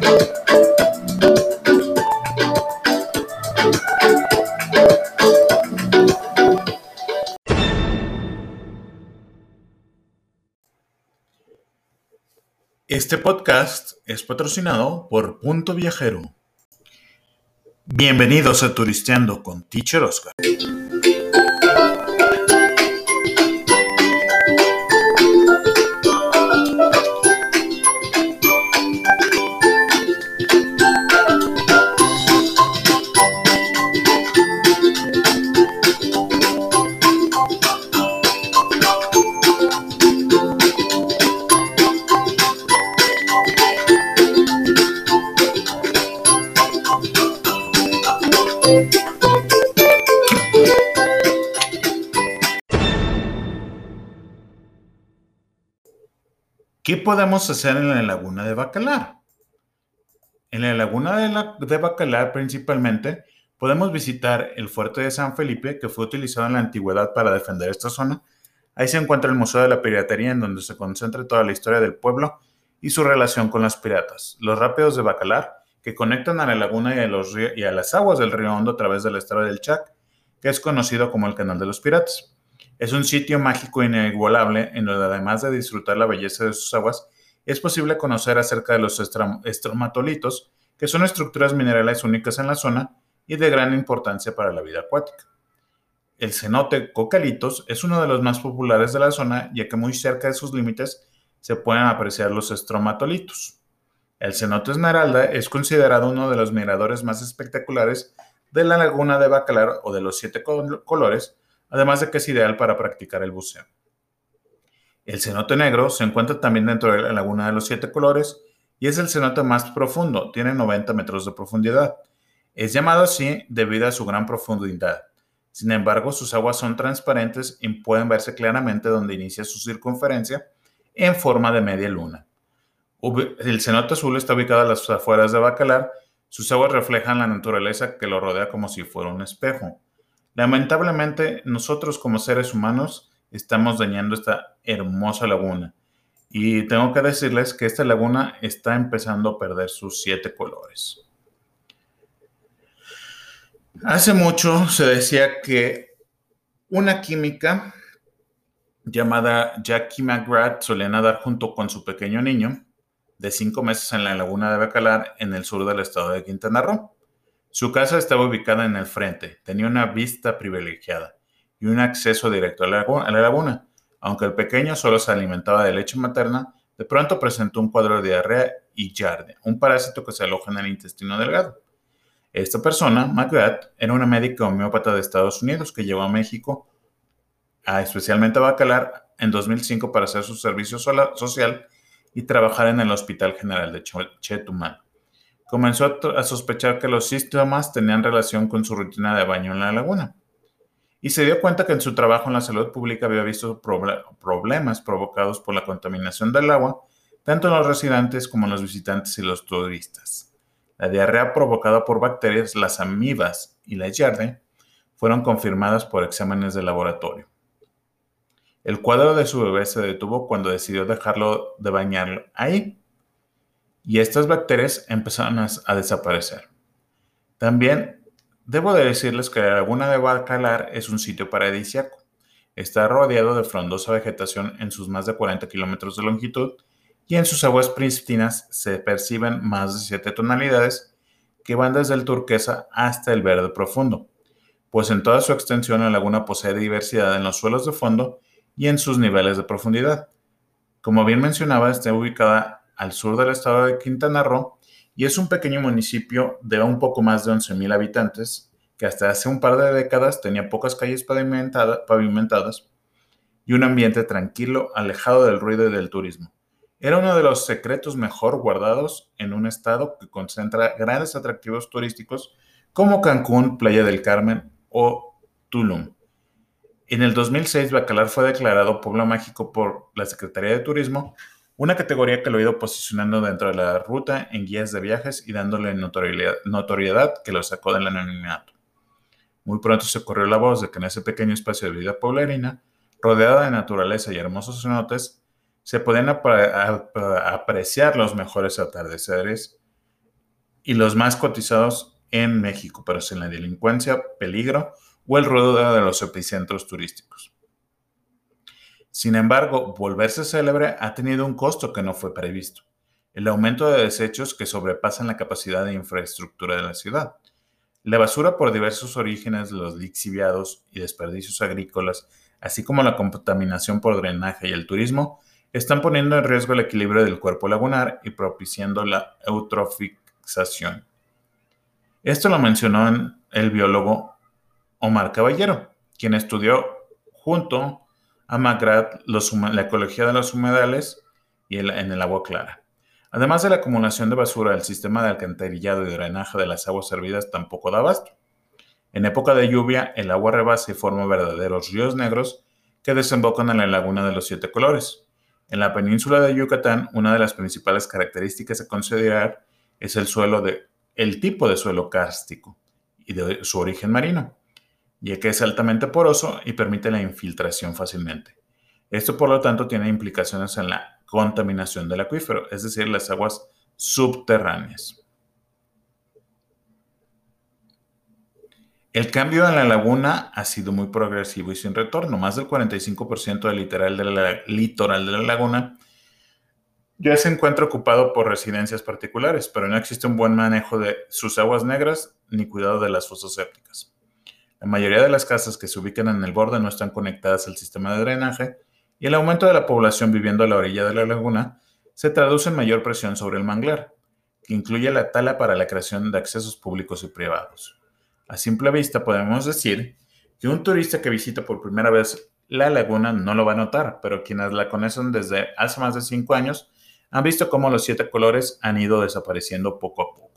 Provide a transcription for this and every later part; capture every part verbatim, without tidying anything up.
Este podcast es patrocinado por Punto Viajero. Bienvenidos a Turisteando con Teacher Oscar. ¿Qué podemos hacer en la laguna de Bacalar? En la laguna de, la, de Bacalar principalmente podemos visitar el fuerte de San Felipe, que fue utilizado en la antigüedad para defender esta zona. Ahí se encuentra el Museo de la Piratería, en donde se concentra toda la historia del pueblo y su relación con los piratas. Los rápidos de Bacalar, que conectan a la laguna y a, los ríos, y a las aguas del río Hondo a través del estero del Chac, que es conocido como el Canal de los Piratas. Es un sitio mágico e inigualable en donde, además de disfrutar la belleza de sus aguas, es posible conocer acerca de los estromatolitos, que son estructuras minerales únicas en la zona y de gran importancia para la vida acuática. El cenote Cocalitos es uno de los más populares de la zona, ya que muy cerca de sus límites se pueden apreciar los estromatolitos. El cenote Esmeralda es considerado uno de los miradores más espectaculares de la laguna de Bacalar o de los siete colores, además de que es ideal para practicar el buceo. El cenote negro se encuentra también dentro de la laguna de los siete colores y es el cenote más profundo, tiene noventa metros de profundidad. Es llamado así debido a su gran profundidad. Sin embargo, sus aguas son transparentes y pueden verse claramente donde inicia su circunferencia en forma de media luna. El cenote azul está ubicado a las afueras de Bacalar. Sus aguas reflejan la naturaleza que lo rodea como si fuera un espejo. Lamentablemente, nosotros como seres humanos estamos dañando esta hermosa laguna. Y tengo que decirles que esta laguna está empezando a perder sus siete colores. Hace mucho se decía que una química llamada Jackie McGrath solía nadar junto con su pequeño niño de cinco meses en la laguna de Bacalar en el sur del estado de Quintana Roo. Su casa estaba ubicada en el frente, tenía una vista privilegiada y un acceso directo a la, a la laguna. Aunque el pequeño solo se alimentaba de leche materna, de pronto presentó un cuadro de diarrea y Yarde, un parásito que se aloja en el intestino delgado. Esta persona, McGrath, era una médica homeópata de Estados Unidos que llegó a México, a, especialmente a Bacalar, en dos mil cinco para hacer su servicio social y trabajar en el Hospital General de Chetumal. Comenzó a sospechar que los síntomas tenían relación con su rutina de baño en la laguna y se dio cuenta que en su trabajo en la salud pública había visto problemas provocados por la contaminación del agua, tanto en los residentes como en los visitantes y los turistas. La diarrea provocada por bacterias, las amibas y la Yarde, fueron confirmadas por exámenes de laboratorio. El cuadro de su bebé se detuvo cuando decidió dejarlo de bañarlo ahí, y estas bacterias empezaron a, a desaparecer. También debo de decirles que la laguna de Bacalar es un sitio paradisíaco. Está rodeado de frondosa vegetación en sus más de cuarenta kilómetros de longitud y en sus aguas prístinas se perciben más de siete tonalidades que van desde el turquesa hasta el verde profundo, pues en toda su extensión la laguna posee diversidad en los suelos de fondo y en sus niveles de profundidad. Como bien mencionaba, está ubicada al sur del estado de Quintana Roo y es un pequeño municipio de un poco más de once mil habitantes que hasta hace un par de décadas tenía pocas calles pavimentada, pavimentadas y un ambiente tranquilo, alejado del ruido y del turismo. Era uno de los secretos mejor guardados en un estado que concentra grandes atractivos turísticos como Cancún, Playa del Carmen o Tulum. En el dos mil seis, Bacalar fue declarado Pueblo Mágico por la Secretaría de Turismo, una categoría que lo ha ido posicionando dentro de la ruta en guías de viajes y dándole notoriedad, notoriedad que lo sacó del anonimato. Muy pronto se corrió la voz de que en ese pequeño espacio de vida pueblerina, rodeada de naturaleza y hermosos cenotes, se podían apre- ap- apreciar los mejores atardeceres, y los más cotizados en México, pero sin la delincuencia, peligro o el ruido de los epicentros turísticos. Sin embargo, volverse célebre ha tenido un costo que no fue previsto: el aumento de desechos que sobrepasan la capacidad de infraestructura de la ciudad. La basura por diversos orígenes, los lixiviados y desperdicios agrícolas, así como la contaminación por drenaje y el turismo, están poniendo en riesgo el equilibrio del cuerpo lagunar y propiciando la eutrofización. Esto lo mencionó el biólogo Omar Caballero, quien estudió junto a McGrath los, la ecología de los humedales y el, en el agua clara. Además de la acumulación de basura, el sistema de alcantarillado y drenaje de las aguas servidas tampoco da abasto. En época de lluvia, el agua rebasa y forma verdaderos ríos negros que desembocan en la Laguna de los Siete Colores. En la península de Yucatán, una de las principales características a considerar es el suelo de, el tipo de suelo kárstico y de su origen marino, ya que es altamente poroso y permite la infiltración fácilmente. Esto, por lo tanto, tiene implicaciones en la contaminación del acuífero, es decir, las aguas subterráneas. El cambio en la laguna ha sido muy progresivo y sin retorno. Más del cuarenta y cinco por ciento del litoral de la, litoral de la laguna ya se encuentra ocupado por residencias particulares, pero no existe un buen manejo de sus aguas negras ni cuidado de las fosas sépticas. La mayoría de las casas que se ubican en el borde no están conectadas al sistema de drenaje, y el aumento de la población viviendo a la orilla de la laguna se traduce en mayor presión sobre el manglar, que incluye la tala para la creación de accesos públicos y privados. A simple vista podemos decir que un turista que visita por primera vez la laguna no lo va a notar, pero quienes la conocen desde hace más de cinco años han visto cómo los siete colores han ido desapareciendo poco a poco.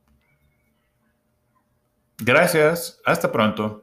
Gracias, hasta pronto.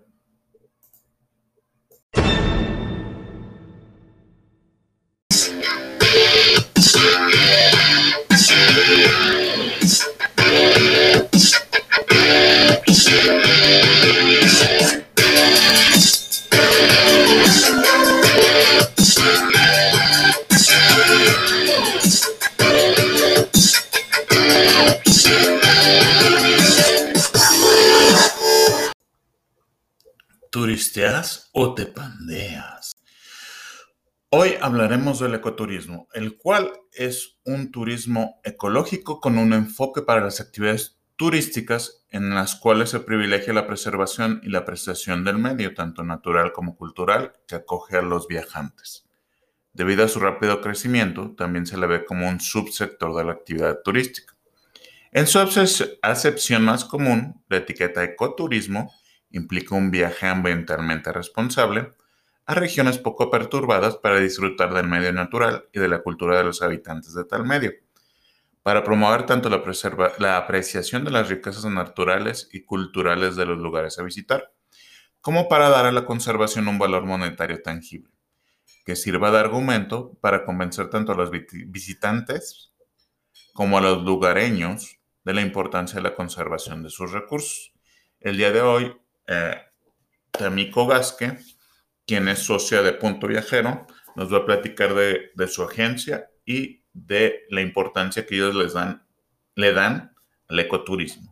¿Turisteas o te pandeas? Hoy hablaremos del ecoturismo, el cual es un turismo ecológico con un enfoque para las actividades turísticas en las cuales se privilegia la preservación y la apreciación del medio, tanto natural como cultural, que acoge a los viajantes. Debido a su rápido crecimiento, también se le ve como un subsector de la actividad turística. En su acepción más común, la etiqueta ecoturismo implica un viaje ambientalmente responsable a regiones poco perturbadas para disfrutar del medio natural y de la cultura de los habitantes de tal medio, para promover tanto la, preserva- la apreciación de las riquezas naturales y culturales de los lugares a visitar, como para dar a la conservación un valor monetario tangible, que sirva de argumento para convencer tanto a los visitantes como a los lugareños de la importancia de la conservación de sus recursos. El día de hoy, eh, Tamiko Gasque, quien es socia de Punto Viajero, nos va a platicar de, de su agencia y de la importancia que ellos les dan, le dan al ecoturismo.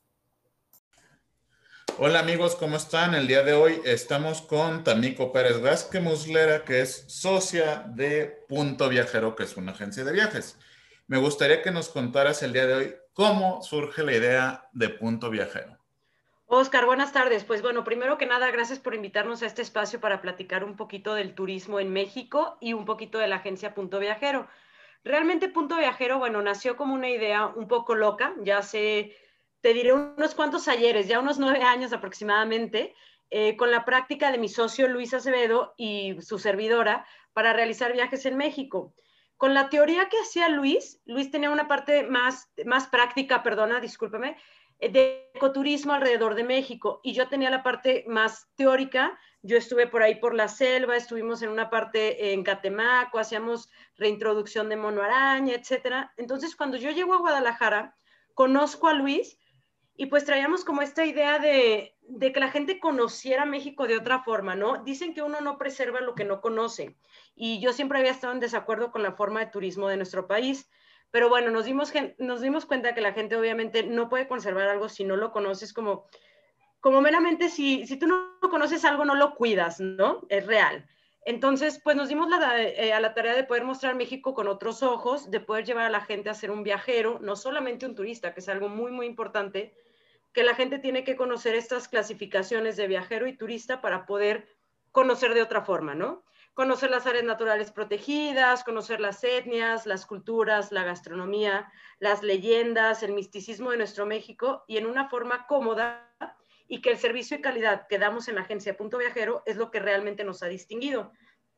Hola amigos, ¿cómo están? El día de hoy estamos con Tamiko Pérez Gasque Muslera, que es socia de Punto Viajero, que es una agencia de viajes. Me gustaría que nos contaras el día de hoy cómo surge la idea de Punto Viajero. Oscar, buenas tardes. Pues bueno, primero que nada, gracias por invitarnos a este espacio para platicar un poquito del turismo en México y un poquito de la agencia Punto Viajero. Realmente Punto Viajero, bueno, nació como una idea un poco loca, ya hace, te diré unos cuantos ayeres, ya unos nueve años aproximadamente, eh, con la práctica de mi socio Luis Acevedo y su servidora para realizar viajes en México. Con la teoría que hacía Luis, Luis tenía una parte más, más práctica, perdona, discúlpeme, de ecoturismo alrededor de México y yo tenía la parte más teórica. Yo estuve por ahí por la selva, estuvimos en una parte en Catemaco, hacíamos reintroducción de mono araña, etcétera. Entonces, cuando yo llego a Guadalajara, conozco a Luis y pues traíamos como esta idea de, de que la gente conociera México de otra forma, ¿no? Dicen que uno no preserva lo que no conoce y yo siempre había estado en desacuerdo con la forma de turismo de nuestro país. Pero bueno, nos dimos, nos dimos cuenta que la gente obviamente no puede conservar algo si no lo conoces, como, como meramente si, si tú no conoces algo, no lo cuidas, ¿no? Es real. Entonces, pues nos dimos la, eh, a la tarea de poder mostrar México con otros ojos, de poder llevar a la gente a ser un viajero, no solamente un turista, que es algo muy, muy importante, que la gente tiene que conocer estas clasificaciones de viajero y turista para poder conocer de otra forma, ¿no? Conocer las áreas naturales protegidas, conocer las etnias, las culturas, la gastronomía, las leyendas, el misticismo de nuestro México y en una forma cómoda, y que el servicio y calidad que damos en la agencia Punto Viajero es lo que realmente nos ha distinguido.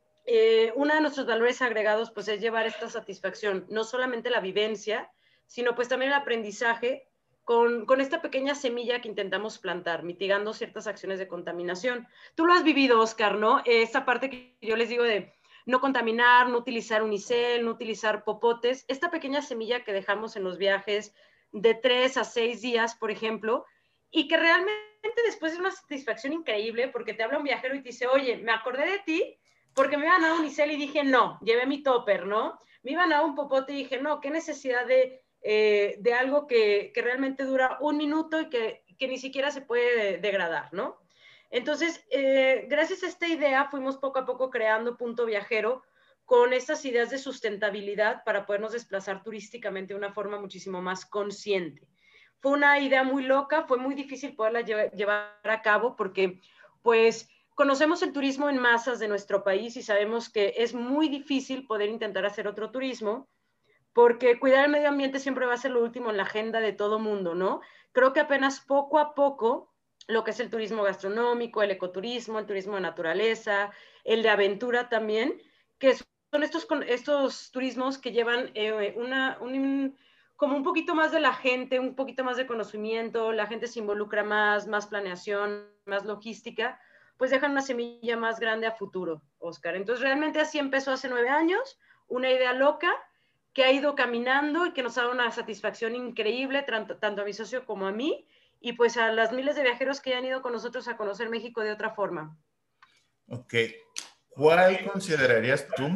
Eh, uno de nuestros valores agregados pues es llevar esta satisfacción, no solamente la vivencia, sino pues también el aprendizaje con, con esta pequeña semilla que intentamos plantar, mitigando ciertas acciones de contaminación. Tú lo has vivido, Oscar, ¿no? Esta parte que yo les digo de no contaminar, no utilizar unicel, no utilizar popotes, esta pequeña semilla que dejamos en los viajes de tres a seis días, por ejemplo, y que realmente después es una satisfacción increíble porque te habla un viajero y te dice, oye, me acordé de ti porque me iban a dar un unicel y dije, no, llevé mi topper, ¿no? Me iban a dar un popote y dije, no, qué necesidad de, eh, de algo que, que realmente dura un minuto y que, que ni siquiera se puede degradar, ¿no? Entonces, eh, gracias a esta idea fuimos poco a poco creando Punto Viajero con estas ideas de sustentabilidad para podernos desplazar turísticamente de una forma muchísimo más consciente. Fue una idea muy loca, fue muy difícil poderla llevar a cabo porque, pues, conocemos el turismo en masas de nuestro país y sabemos que es muy difícil poder intentar hacer otro turismo porque cuidar el medio ambiente siempre va a ser lo último en la agenda de todo mundo, ¿no? Creo que apenas poco a poco lo que es el turismo gastronómico, el ecoturismo, el turismo de naturaleza, el de aventura también, que son estos, estos turismos que llevan eh, una, un, como un poquito más de la gente, un poquito más de conocimiento, la gente se involucra más, más planeación, más logística, pues dejan una semilla más grande a futuro, Oscar. Entonces realmente así empezó hace nueve años, una idea loca, que ha ido caminando y que nos ha dado una satisfacción increíble, tanto, tanto a mi socio como a mí, y pues a las miles de viajeros que han ido con nosotros a conocer México de otra forma. Ok. ¿Cuál considerarías tú,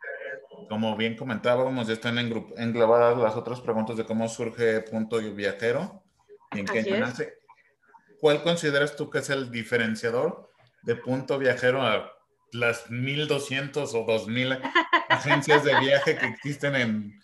como bien comentábamos, ya están englobadas las otras preguntas de cómo surge Punto Viajero y en qué Así año es. nace? ¿Cuál consideras tú que es el diferenciador de Punto Viajero a las mil doscientas o dos mil agencias de viaje que existen en,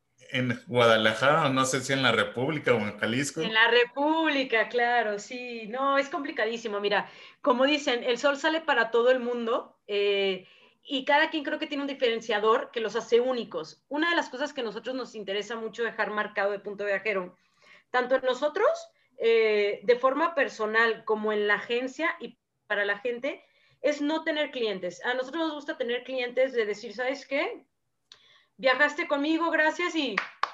en Guadalajara, o no sé si en la República o en En Jalisco? la República, claro, sí, no, es complicadísimo. Mira, como dicen, el sol sale para todo el mundo eh, y cada quien creo que tiene un diferenciador que los hace únicos. Una de las cosas que a nosotros nos interesa mucho dejar marcado de Punto Viajero, tanto en nosotros, eh, de forma personal, como en la agencia y para la gente, es no tener clientes. A nosotros nos gusta tener clientes de decir, ¿sabes qué? Viajaste conmigo, gracias y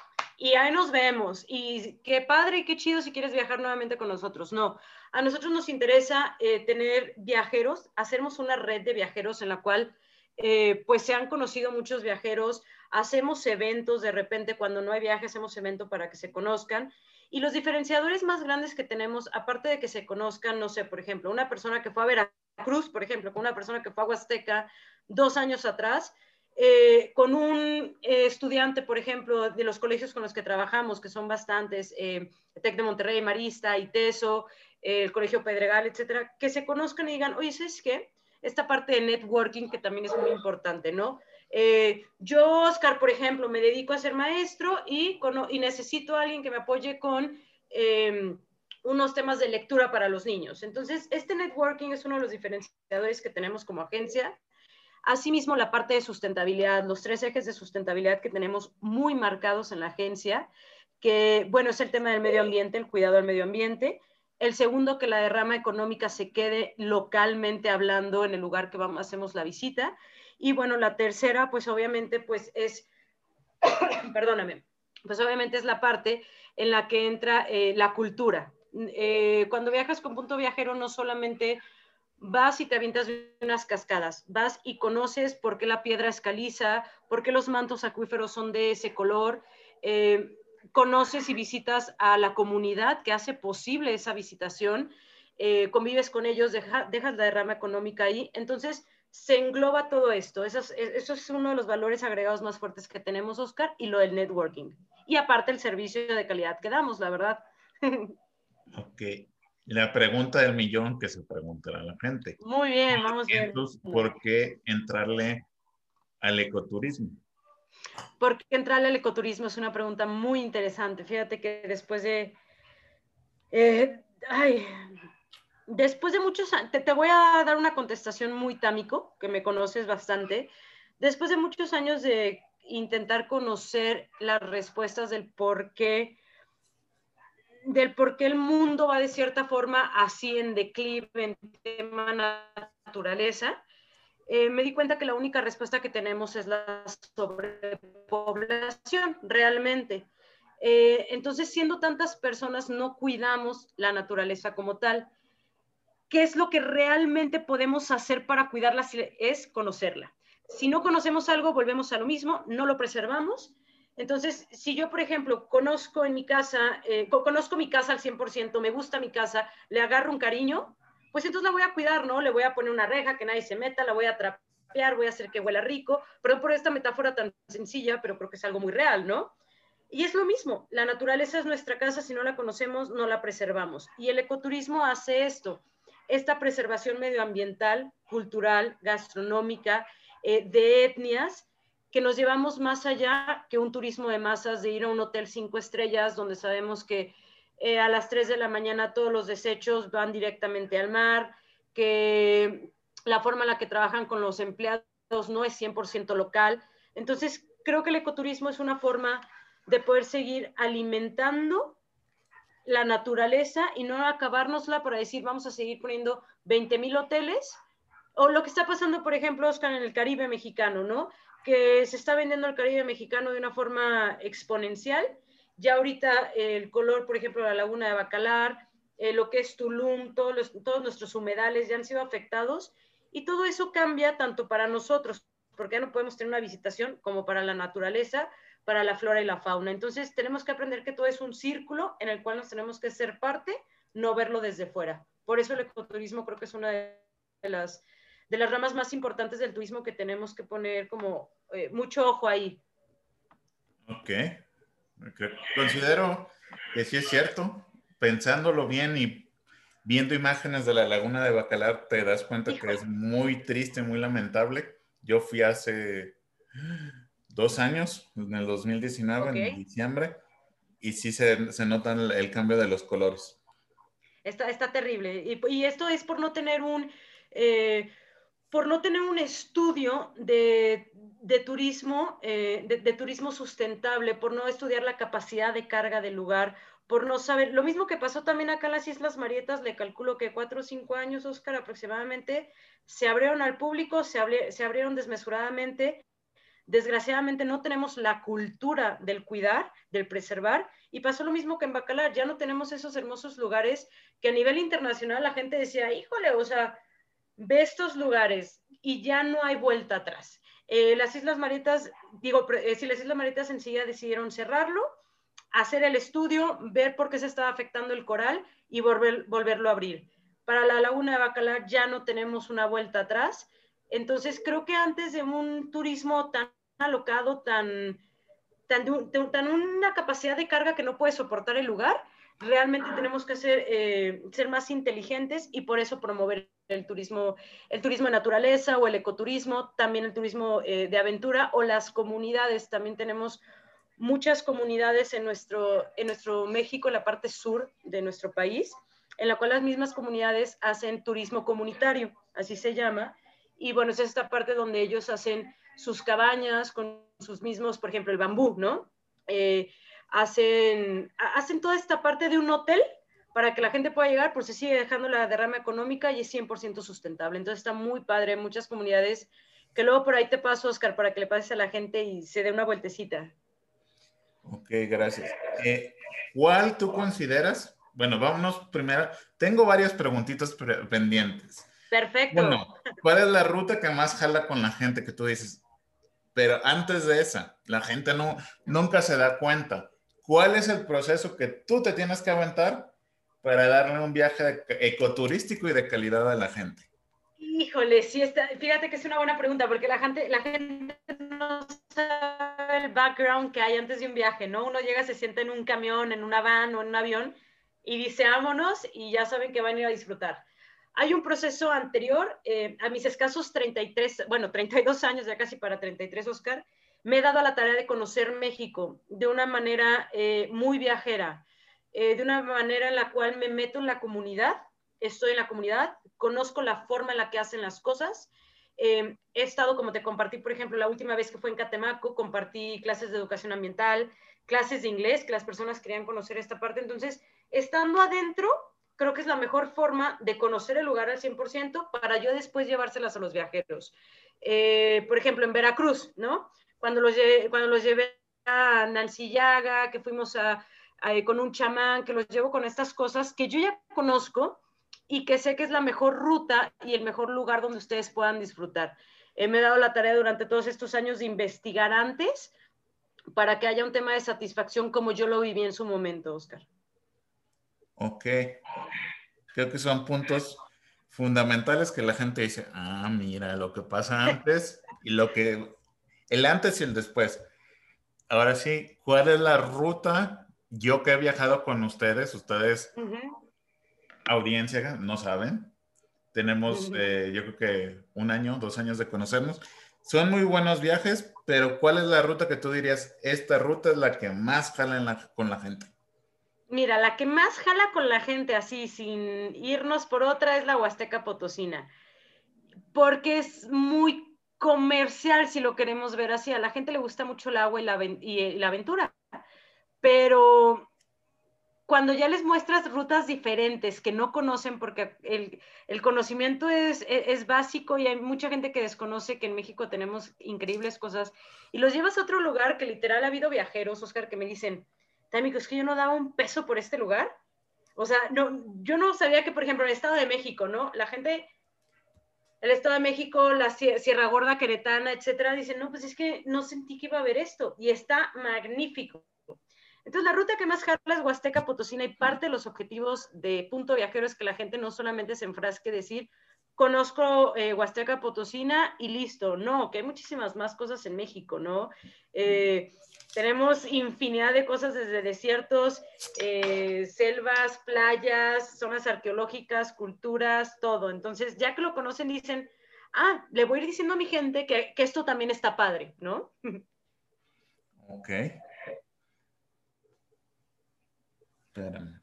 y ahí nos vemos. Y qué padre y qué chido si quieres viajar nuevamente con nosotros. No, a nosotros nos interesa eh, tener viajeros, hacemos una red de viajeros en la cual eh, pues se han conocido muchos viajeros, hacemos eventos de repente cuando no hay viaje, hacemos evento para que se conozcan. Y los diferenciadores más grandes que tenemos, aparte de que se conozcan, no sé, por ejemplo, una persona que fue a Veracruz, por ejemplo, con una persona que fue a Huasteca dos años atrás, eh, con un eh, estudiante, por ejemplo, de los colegios con los que trabajamos, que son bastantes, eh, TEC de Monterrey, Marista, ITESO, eh, el Colegio Pedregal, etcétera, que se conozcan y digan, oye, ¿sabes qué? Esta parte de networking que también es muy importante, ¿no? Eh, yo, Oscar, por ejemplo, me dedico a ser maestro y, con, y necesito a alguien que me apoye con eh, unos temas de lectura para los niños. Entonces, este networking es uno de los diferenciadores que tenemos como agencia. Asimismo, la parte de sustentabilidad, los tres ejes de sustentabilidad que tenemos muy marcados en la agencia, que, bueno, es el tema del medio ambiente, el cuidado del medio ambiente. El segundo, que la derrama económica se quede localmente hablando en el lugar que vamos, hacemos la visita. Y bueno, la tercera, pues obviamente, pues es, perdóname, pues obviamente es la parte en la que entra eh, la cultura. Eh, cuando viajas con Punto Viajero, no solamente vas y te avientas unas cascadas, vas y conoces por qué la piedra es caliza, por qué los mantos acuíferos son de ese color, eh, conoces y visitas a la comunidad que hace posible esa visitación, eh, convives con ellos, deja, dejas la derrama económica ahí, entonces se engloba todo esto. Eso es, eso es uno de los valores agregados más fuertes que tenemos, Oscar, y lo del networking. Y aparte el servicio de calidad que damos, la verdad. Ok. La pregunta del millón que se preguntará la gente. Muy bien, vamos bien. Entonces, ¿por qué entrarle al ecoturismo? ¿Por qué entrarle al ecoturismo? Es una pregunta muy interesante. Fíjate que después de... Eh, ay, después de muchos años, te, te, voy a dar una contestación muy támico, que me conoces bastante. Después de muchos años de intentar conocer las respuestas del por qué, del por qué el mundo va de cierta forma así en declive en tema naturaleza, eh, me di cuenta que la única respuesta que tenemos es la sobrepoblación, realmente. Eh, entonces, siendo tantas personas, no cuidamos la naturaleza como tal. ¿Qué es lo que realmente podemos hacer para cuidarla? Es conocerla. Si no conocemos algo, volvemos a lo mismo, no lo preservamos. Entonces, si yo, por ejemplo, conozco en mi casa, eh, conozco mi casa al cien por ciento, me gusta mi casa, le agarro un cariño, pues entonces la voy a cuidar, ¿no? Le voy a poner una reja, que nadie se meta, la voy a trapear, voy a hacer que huela rico. Perdón por esta metáfora tan sencilla, pero creo que es algo muy real, ¿no? Y es lo mismo, la naturaleza es nuestra casa, si no la conocemos, no la preservamos. Y el ecoturismo hace esto, esta preservación medioambiental, cultural, gastronómica, eh, de etnias, que nos llevamos más allá que un turismo de masas, de ir a un hotel cinco estrellas, donde sabemos que eh, a las tres de la mañana todos los desechos van directamente al mar, que la forma en la que trabajan con los empleados no es cien por ciento local. Entonces, creo que el ecoturismo es una forma de poder seguir alimentando la naturaleza y no acabárnosla para decir vamos a seguir poniendo veinte mil hoteles, o lo que está pasando, por ejemplo, Oscar, en el Caribe mexicano, ¿no? Que se está vendiendo el Caribe mexicano de una forma exponencial. Ya ahorita eh, el color, por ejemplo, de la laguna de Bacalar, eh, lo que es Tulum, todos, los, todos nuestros humedales ya han sido afectados, y todo eso cambia tanto para nosotros, porque ya no podemos tener una visitación, como para la naturaleza, para la flora y la fauna. Entonces tenemos que aprender que todo es un círculo en el cual nos tenemos que ser parte, no verlo desde fuera. Por eso el ecoturismo creo que es una de las, de las ramas más importantes del turismo, que tenemos que poner como eh, mucho ojo ahí. Ok. Okay. Considero que sí es cierto. Pensándolo bien y viendo imágenes de la laguna de Bacalar, te das cuenta que Híjole. es muy triste, muy lamentable. Yo fui hace dos años, en el dos mil diecinueve, Ok. en diciembre, y sí se, se nota el, el cambio de los colores. Está, está terrible. Y, y, esto es por no tener un, eh, por no tener un estudio de, de turismo, eh, de, de, turismo sustentable, por no estudiar la capacidad de carga del lugar, por no saber, lo mismo que pasó también acá en las Islas Marietas, le calculo que cuatro o cinco años, Oscar, aproximadamente, se abrieron al público, se, abri se abrieron desmesuradamente. Desgraciadamente no tenemos la cultura del cuidar, del preservar, y pasó lo mismo que en Bacalar, ya no tenemos esos hermosos lugares que a nivel internacional la gente decía, híjole, o sea, ve estos lugares y ya no hay vuelta atrás. Eh, las Islas Marietas, digo, eh, si las Islas Marietas enseguida decidieron cerrarlo, hacer el estudio, ver por qué se estaba afectando el coral y volver, volverlo a abrir. Para la laguna de Bacalar ya no tenemos una vuelta atrás. Entonces creo que antes de un turismo tan alocado, tan, tan, tan una capacidad de carga que no puede soportar el lugar, realmente tenemos que ser, eh, ser más inteligentes, y por eso promover el turismo, el turismo de naturaleza o el ecoturismo, también el turismo eh, de aventura, o las comunidades. También tenemos muchas comunidades en nuestro, en nuestro México, en la parte sur de nuestro país, en la cual las mismas comunidades hacen turismo comunitario, así se llama, y bueno, es esta parte donde ellos hacen sus cabañas con sus mismos, por ejemplo, el bambú, ¿no? Eh, hacen, hacen toda esta parte de un hotel para que la gente pueda llegar, pues se sigue dejando la derrama económica y es cien por ciento sustentable. Entonces está muy padre, muchas comunidades, que luego por ahí te paso, Oscar, para que le pases a la gente y se dé una vueltecita. Ok, gracias. Eh, ¿Cuál tú consideras? Bueno, vámonos primero. Tengo varias preguntitas pendientes. Perfecto. Bueno, ¿cuál es la ruta que más jala con la gente que tú dices? Pero antes de esa, la gente no, nunca se da cuenta. ¿Cuál es el proceso que tú te tienes que aventar para darle un viaje ecoturístico y de calidad a la gente? Híjole, sí está, fíjate que es una buena pregunta, porque la gente, la gente no sabe el background que hay antes de un viaje, ¿no? Uno llega, se sienta en un camión, en una van o en un avión y dice, vámonos, y ya saben que van a ir a disfrutar. Hay un proceso anterior, eh, a mis escasos treinta y tres, bueno, treinta y dos años, ya casi para treinta y tres, Oscar, me he dado a la tarea de conocer México de una manera eh, muy viajera, eh, de una manera en la cual me meto en la comunidad, estoy en la comunidad, conozco la forma en la que hacen las cosas. Eh, he estado, como te compartí, por ejemplo, la última vez que fue en Catemaco, compartí clases de educación ambiental, clases de inglés, que las personas querían conocer esta parte. Entonces, estando adentro, creo que es la mejor forma de conocer el lugar al cien por ciento para yo después llevárselas a los viajeros. Eh, por ejemplo, en Veracruz, ¿no? Cuando los, llevé, cuando los llevé a Nancillaga, que fuimos a, a, con un chamán, que los llevo con estas cosas que yo ya conozco, y que sé que es la mejor ruta y el mejor lugar donde ustedes puedan disfrutar. Eh, me he dado la tarea durante todos estos años de investigar antes para que haya un tema de satisfacción como yo lo viví en su momento, Oscar. Ok, creo que son puntos fundamentales que la gente dice, ah, mira, lo que pasa antes y lo que, el antes y el después. Ahora sí, ¿cuál es la ruta? Yo que he viajado con ustedes, ustedes, Uh -huh. audiencia, no saben. Uh Tenemos, -huh. eh, yo creo que un año, dos años de conocernos. Son muy buenos viajes, pero ¿cuál es la ruta que tú dirías? Esta ruta es la que más jala en la- con la gente. Mira, la que más jala con la gente así, sin irnos por otra, es la Huasteca Potosina, porque es muy comercial si lo queremos ver así. A la gente le gusta mucho el agua y la, y la aventura, pero cuando ya les muestras rutas diferentes que no conocen, porque el, el conocimiento es, es, es, básico y hay mucha gente que desconoce que en México tenemos increíbles cosas, y los llevas a otro lugar que literal ha habido viajeros, Oscar, que me dicen, Támico, es que yo no daba un peso por este lugar. O sea, no, yo no sabía que, por ejemplo, en el Estado de México, ¿no? La gente, el Estado de México, la Sierra Gorda, Queretana, etcétera, dicen, no, pues es que no sentí que iba a haber esto, y está magnífico. Entonces, la ruta que más jala es Huasteca Potosina, y parte de los objetivos de Punto Viajero es que la gente no solamente se enfrasque decir, conozco eh, Huasteca Potosina y listo. No, que hay muchísimas más cosas en México, ¿no? Eh, tenemos infinidad de cosas, desde desiertos, eh, selvas, playas, zonas arqueológicas, culturas, todo. Entonces, ya que lo conocen, dicen, ah, le voy a ir diciendo a mi gente que, que esto también está padre, ¿no? Ok. Espérame.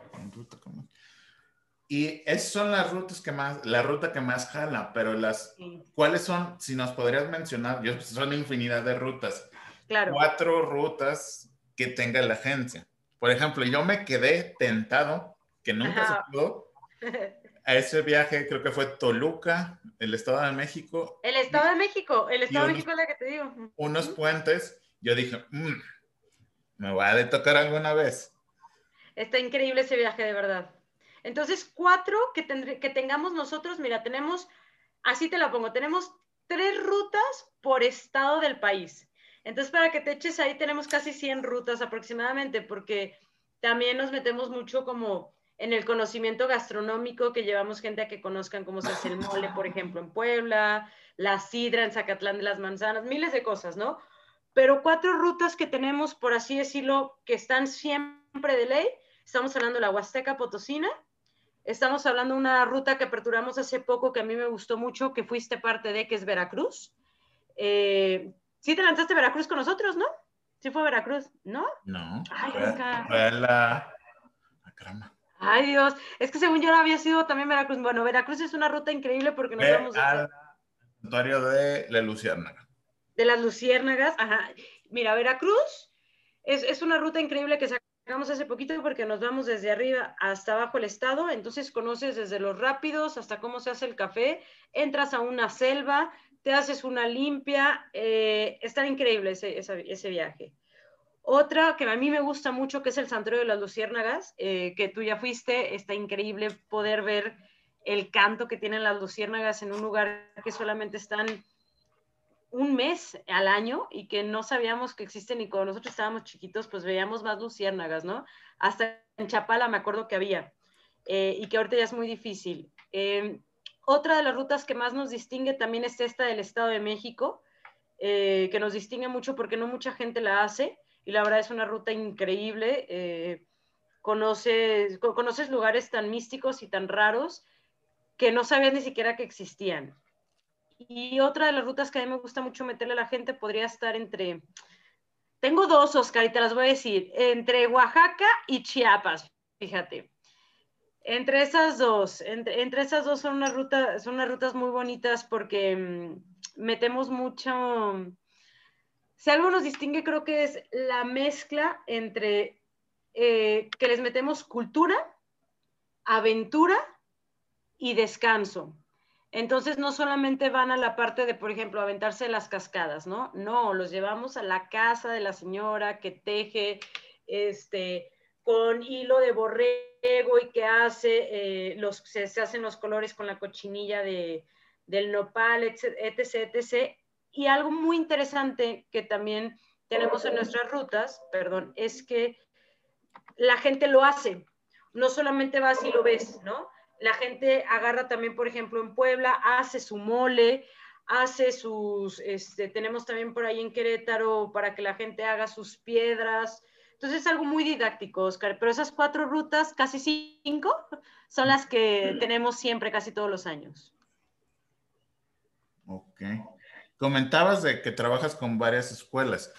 Y esas son las rutas que más, la ruta que más jala, pero las, Sí. ¿cuáles son? Si nos podrías mencionar, yo, son infinidad de rutas. Claro. Cuatro rutas que tenga la agencia. Por ejemplo, yo me quedé tentado, que nunca se Ajá. pudo, a ese viaje, creo que fue Toluca, el Estado de México, El y, Estado de México, el y Estado de unos, México es la que te digo. unos puentes. Yo dije, mmm, me va a de tocar alguna vez. Está increíble ese viaje, de verdad. Entonces, cuatro que, tendré, que tengamos nosotros, mira, tenemos, así te la pongo, tenemos tres rutas por estado del país. Entonces, para que te eches ahí, tenemos casi cien rutas aproximadamente, porque también nos metemos mucho como en el conocimiento gastronómico, que llevamos gente a que conozcan cómo se hace el mole, por ejemplo, en Puebla, la sidra en Zacatlán de las Manzanas, miles de cosas, ¿no? Pero cuatro rutas que tenemos, por así decirlo, que están siempre de ley. Estamos hablando de la Huasteca Potosina, estamos hablando de una ruta que aperturamos hace poco que a mí me gustó mucho, que fuiste parte de, que es Veracruz. Eh, sí te lanzaste a Veracruz con nosotros, ¿no? Sí fue Veracruz, ¿no? No, Ay, fue, Oscar. fue a la... Ah, caramba. Ay, Dios. Es que según yo había sido también Veracruz. Bueno, Veracruz es una ruta increíble porque nos Fue vamos desde al santuario de la Luciérnaga. de las Luciérnagas. Ajá. Mira, Veracruz es, es una ruta increíble que sacamos hace poquito porque nos vamos desde arriba hasta abajo el estado. Entonces conoces desde los rápidos hasta cómo se hace el café. Entras a una selva, te haces una limpia. Eh, está increíble ese, ese, ese viaje. Otra que a mí me gusta mucho, que es el Santuario de las Luciérnagas, eh, que tú ya fuiste, está increíble poder ver el canto que tienen las luciérnagas en un lugar que solamente están un mes al año y que no sabíamos que existen, y cuando nosotros estábamos chiquitos pues veíamos más luciérnagas, ¿no? Hasta en Chapala me acuerdo que había, eh, y que ahorita ya es muy difícil. Eh, Otra de las rutas que más nos distingue también es esta del Estado de México, eh, que nos distingue mucho porque no mucha gente la hace y la verdad es una ruta increíble. Eh, conoces, conoces lugares tan místicos y tan raros que no sabías ni siquiera que existían. Y otra de las rutas que a mí me gusta mucho meterle a la gente podría estar entre, tengo dos, Oscar, y te las voy a decir, entre Oaxaca y Chiapas, fíjate. Entre esas dos, entre, entre esas dos son unas rutas, son unas rutas muy bonitas porque mmm, metemos mucho, si algo nos distingue creo que es la mezcla entre eh, que les metemos cultura, aventura y descanso. Entonces no solamente van a la parte de, por ejemplo, aventarse las cascadas, ¿no? No, los llevamos a la casa de la señora que teje este, con hilo de borrego y que hace, eh, los, se, se hacen los colores con la cochinilla de, del nopal, etc, etc, etc. Y algo muy interesante que también tenemos en nuestras rutas, perdón, es que la gente lo hace. No solamente vas y lo ves, ¿no? La gente agarra también, por ejemplo, en Puebla, hace su mole, hace sus, este, tenemos también por ahí en Querétaro para que la gente haga sus piedras. Entonces es algo muy didáctico, Oscar, pero esas cuatro rutas, casi cinco, son las que tenemos siempre, casi todos los años. Ok. Comentabas de que trabajas con varias escuelas.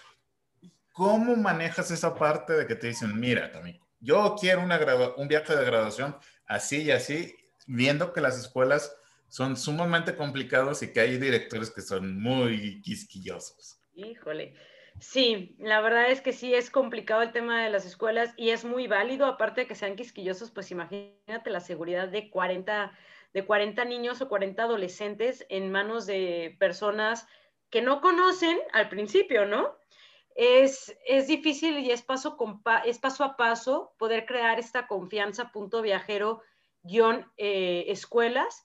¿Cómo manejas esa parte de que te dicen, mira, Tamiko, yo quiero una un viaje de graduación así y así, viendo que las escuelas son sumamente complicados y que hay directores que son muy quisquillosos? Híjole. Sí, la verdad es que sí es complicado el tema de las escuelas y es muy válido, aparte de que sean quisquillosos, pues imagínate la seguridad de cuarenta, de cuarenta niños o cuarenta adolescentes en manos de personas que no conocen al principio, ¿no? Es, es difícil y es paso, con pa, es paso a paso poder crear esta confianza, punto viajero, guión, eh, escuelas.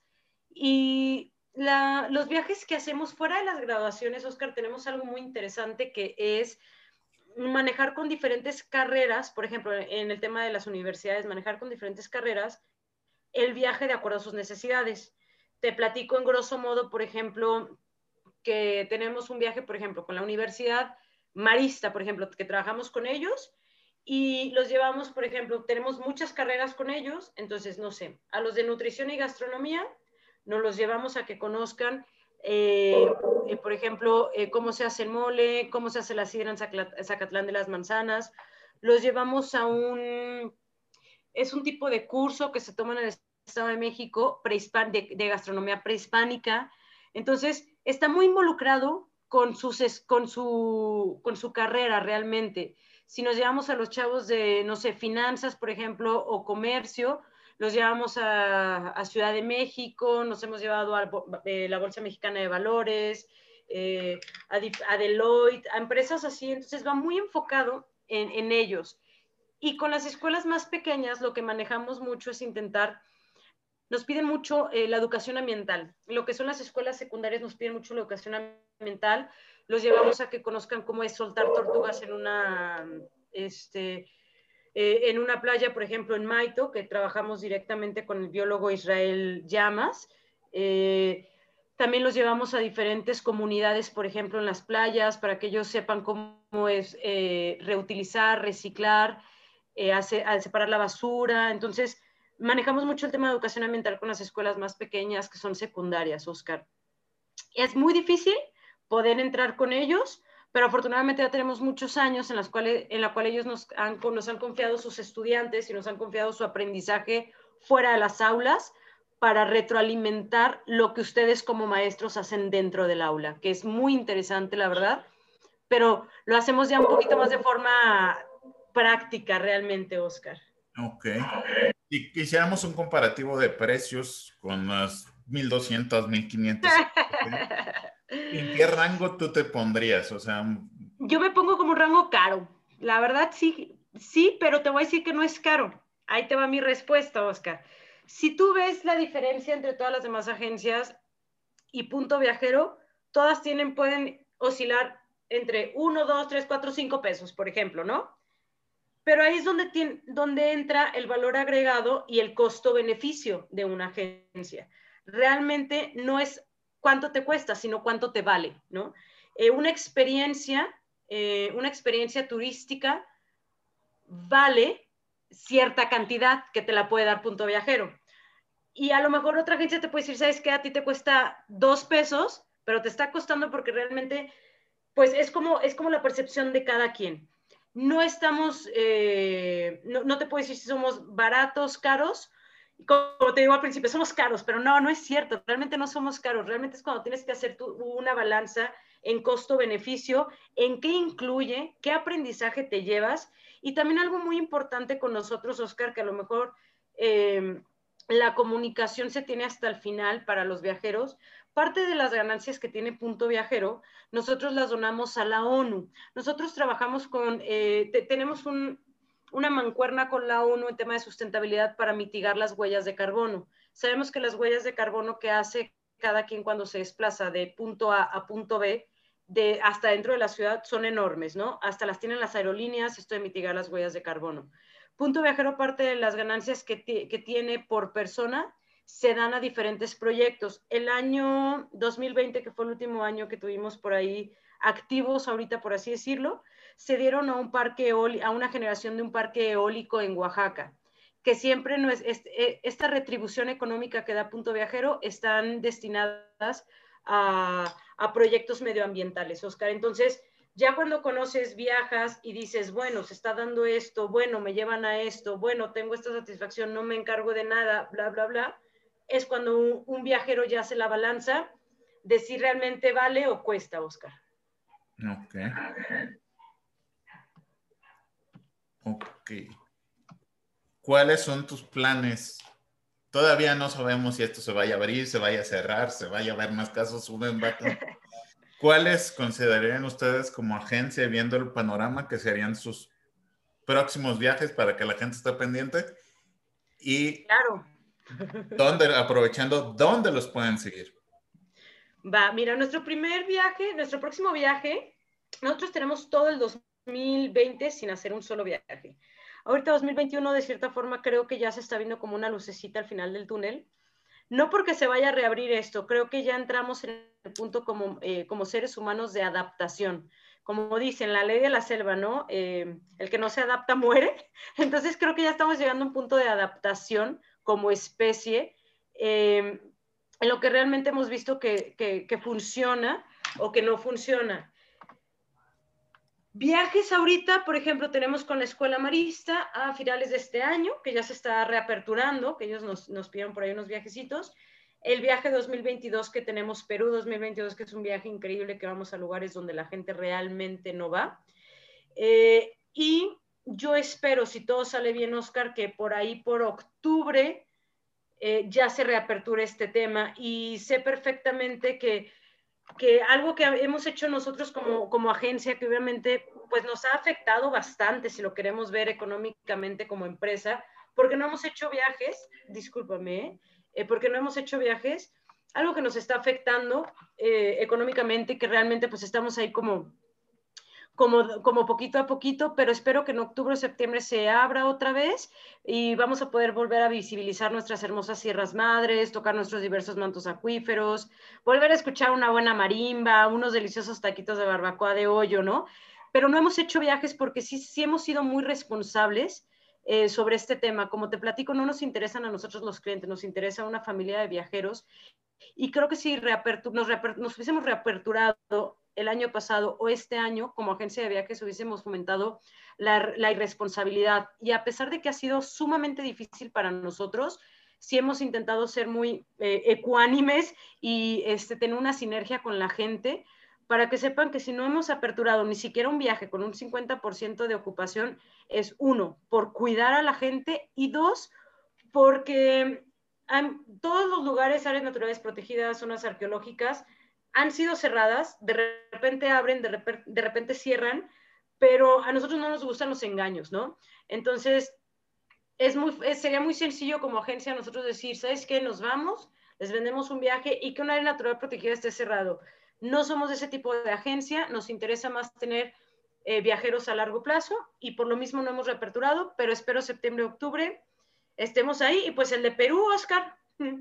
Y la, los viajes que hacemos fuera de las graduaciones, Oscar, tenemos algo muy interesante que es manejar con diferentes carreras, por ejemplo, en el tema de las universidades, manejar con diferentes carreras el viaje de acuerdo a sus necesidades. Te platico en grosso modo, por ejemplo, que tenemos un viaje, por ejemplo, con la Universidad Marista, por ejemplo, que trabajamos con ellos y los llevamos, por ejemplo, tenemos muchas carreras con ellos, entonces, no sé, a los de nutrición y gastronomía nos los llevamos a que conozcan, eh, eh, por ejemplo, eh, cómo se hace el mole, cómo se hace la sidra en Zacatlán de las Manzanas, los llevamos a un, es un tipo de curso que se toma en el Estado de México de, de gastronomía prehispánica, entonces está muy involucrado con, sus, con, su, con su carrera realmente. Si nos llevamos a los chavos de, no sé, finanzas, por ejemplo, o comercio, los llevamos a, a Ciudad de México, nos hemos llevado a eh, la Bolsa Mexicana de Valores, eh, a, a Deloitte, a empresas así, entonces va muy enfocado en, en ellos. Y con las escuelas más pequeñas lo que manejamos mucho es intentar, nos piden mucho eh, la educación ambiental. Lo que son las escuelas secundarias nos piden mucho la educación ambiental. Los llevamos a que conozcan cómo es soltar tortugas en una, este, eh, en una playa, por ejemplo, en Maito, que trabajamos directamente con el biólogo Israel Llamas. Eh, también los llevamos a diferentes comunidades, por ejemplo, en las playas, para que ellos sepan cómo es eh, reutilizar, reciclar, eh, a, a separar la basura. Entonces, manejamos mucho el tema de educación ambiental con las escuelas más pequeñas, que son secundarias, Oscar. Es muy difícil poder entrar con ellos, pero afortunadamente ya tenemos muchos años en, las cuales, en la cual ellos nos han, nos han confiado sus estudiantes y nos han confiado su aprendizaje fuera de las aulas para retroalimentar lo que ustedes como maestros hacen dentro del aula, que es muy interesante, la verdad, pero lo hacemos ya un poquito más de forma práctica realmente, Oscar. Ok. Si quisiéramos un comparativo de precios con las mil doscientas, mil quinientas, ¿en qué rango tú te pondrías? O sea, yo me pongo como un rango caro. La verdad sí, sí, pero te voy a decir que no es caro. Ahí te va mi respuesta, Oscar. Si tú ves la diferencia entre todas las demás agencias y Punto Viajero, todas tienen, pueden oscilar entre uno, dos, tres, cuatro, cinco pesos, por ejemplo, ¿no? Pero ahí es donde, tiene, donde entra el valor agregado y el costo-beneficio de una agencia. realmente no es cuánto te cuesta, sino cuánto te vale, ¿no? Eh, una experiencia, eh, una experiencia turística vale cierta cantidad que te la puede dar Punto Viajero. Y a lo mejor otra agencia te puede decir, ¿sabes qué? A ti te cuesta dos pesos, pero te está costando porque realmente, pues es como, es como la percepción de cada quien. No estamos, eh, no, no te puedo decir si somos baratos, caros, como te digo al principio, somos caros, pero no, no es cierto, realmente no somos caros, realmente es cuando tienes que hacer tu, una balanza en costo-beneficio, en qué incluye, qué aprendizaje te llevas, y también algo muy importante con nosotros, Oscar, que a lo mejor eh, la comunicación se tiene hasta el final para los viajeros. Parte de las ganancias que tiene Punto Viajero, nosotros las donamos a la ONU. Nosotros trabajamos con, eh, te, tenemos un, una mancuerna con la ONU en tema de sustentabilidad para mitigar las huellas de carbono. Sabemos que las huellas de carbono que hace cada quien cuando se desplaza de punto A a punto B, de hasta dentro de la ciudad, son enormes, ¿no? Hasta las tienen las aerolíneas, esto de mitigar las huellas de carbono. Punto Viajero, parte de las ganancias que, que tiene por persona, se dan a diferentes proyectos. El año dos mil veinte, que fue el último año que tuvimos por ahí activos ahorita, por así decirlo, se dieron a un parque eólico, a una generación de un parque eólico en Oaxaca, que siempre no es, es, esta retribución económica que da Punto Viajero están destinadas a, a proyectos medioambientales, Oscar. Entonces, ya cuando conoces, viajas y dices, bueno, se está dando esto, bueno, me llevan a esto, bueno, tengo esta satisfacción, no me encargo de nada, bla, bla, bla, es cuando un, un viajero ya hace la balanza de si realmente vale o cuesta, Oscar. Ok. Ok. ¿Cuáles son tus planes? Todavía no sabemos si esto se vaya a abrir, se vaya a cerrar, se vaya a ver más casos, suben, bajan. ¿Cuáles considerarían ustedes como agencia, viendo el panorama, que serían sus próximos viajes para que la gente esté pendiente? Y claro. ¿dónde, aprovechando, dónde los pueden seguir? Va, mira, nuestro primer viaje, nuestro próximo viaje, nosotros tenemos todo el dos mil veinte sin hacer un solo viaje. Ahorita dos mil veintiuno, de cierta forma, creo que ya se está viendo como una lucecita al final del túnel. No porque se vaya a reabrir esto, creo que ya entramos en el punto como, eh, como seres humanos de adaptación. Como dicen, la ley de la selva, ¿no? Eh, el que no se adapta muere. Entonces creo que ya estamos llegando a un punto de adaptación como especie, eh, en lo que realmente hemos visto que, que, que funciona o que no funciona. Viajes ahorita, por ejemplo, tenemos con la Escuela Marista a finales de este año, que ya se está reaperturando, que ellos nos, nos pidieron por ahí unos viajecitos. El viaje dos mil veintidós que tenemos, Perú dos mil veintidós, que es un viaje increíble, que vamos a lugares donde la gente realmente no va. Eh, y yo espero, si todo sale bien, Oscar, que por ahí por octubre eh, ya se reaperture este tema. Y sé perfectamente que que algo que hemos hecho nosotros como, como agencia, que obviamente pues nos ha afectado bastante si lo queremos ver económicamente como empresa, porque no hemos hecho viajes, discúlpame, eh, porque no hemos hecho viajes, algo que nos está afectando eh, económicamente, que realmente pues estamos ahí como como, como poquito a poquito, pero espero que en octubre o septiembre se abra otra vez y vamos a poder volver a visibilizar nuestras hermosas sierras madres, tocar nuestros diversos mantos acuíferos, volver a escuchar una buena marimba, unos deliciosos taquitos de barbacoa de hoyo, ¿no? Pero no hemos hecho viajes porque sí, sí hemos sido muy responsables eh, sobre este tema. Como te platico, no nos interesan a nosotros los clientes, nos interesa una familia de viajeros y creo que si reapertur nos, reaper nos hubiésemos reaperturado el año pasado o este año como agencia de viajes hubiésemos fomentado la, la irresponsabilidad. Y a pesar de que ha sido sumamente difícil para nosotros, sí hemos intentado ser muy eh, ecuánimes y este, tener una sinergia con la gente para que sepan que si no hemos aperturado ni siquiera un viaje con un cincuenta por ciento de ocupación, es uno, por cuidar a la gente y dos, porque han, todos los lugares, áreas naturales protegidas, zonas arqueológicas, han sido cerradas, de repente abren, de repente, de repente cierran, pero a nosotros no nos gustan los engaños, ¿no? Entonces, es muy, es, sería muy sencillo como agencia nosotros decir, ¿sabes qué? Nos vamos, les vendemos un viaje y que un área natural protegida esté cerrado. No somos de ese tipo de agencia, nos interesa más tener eh, viajeros a largo plazo y por lo mismo no hemos reaperturado, pero espero septiembre, octubre estemos ahí. Y pues el de Perú, Oscar,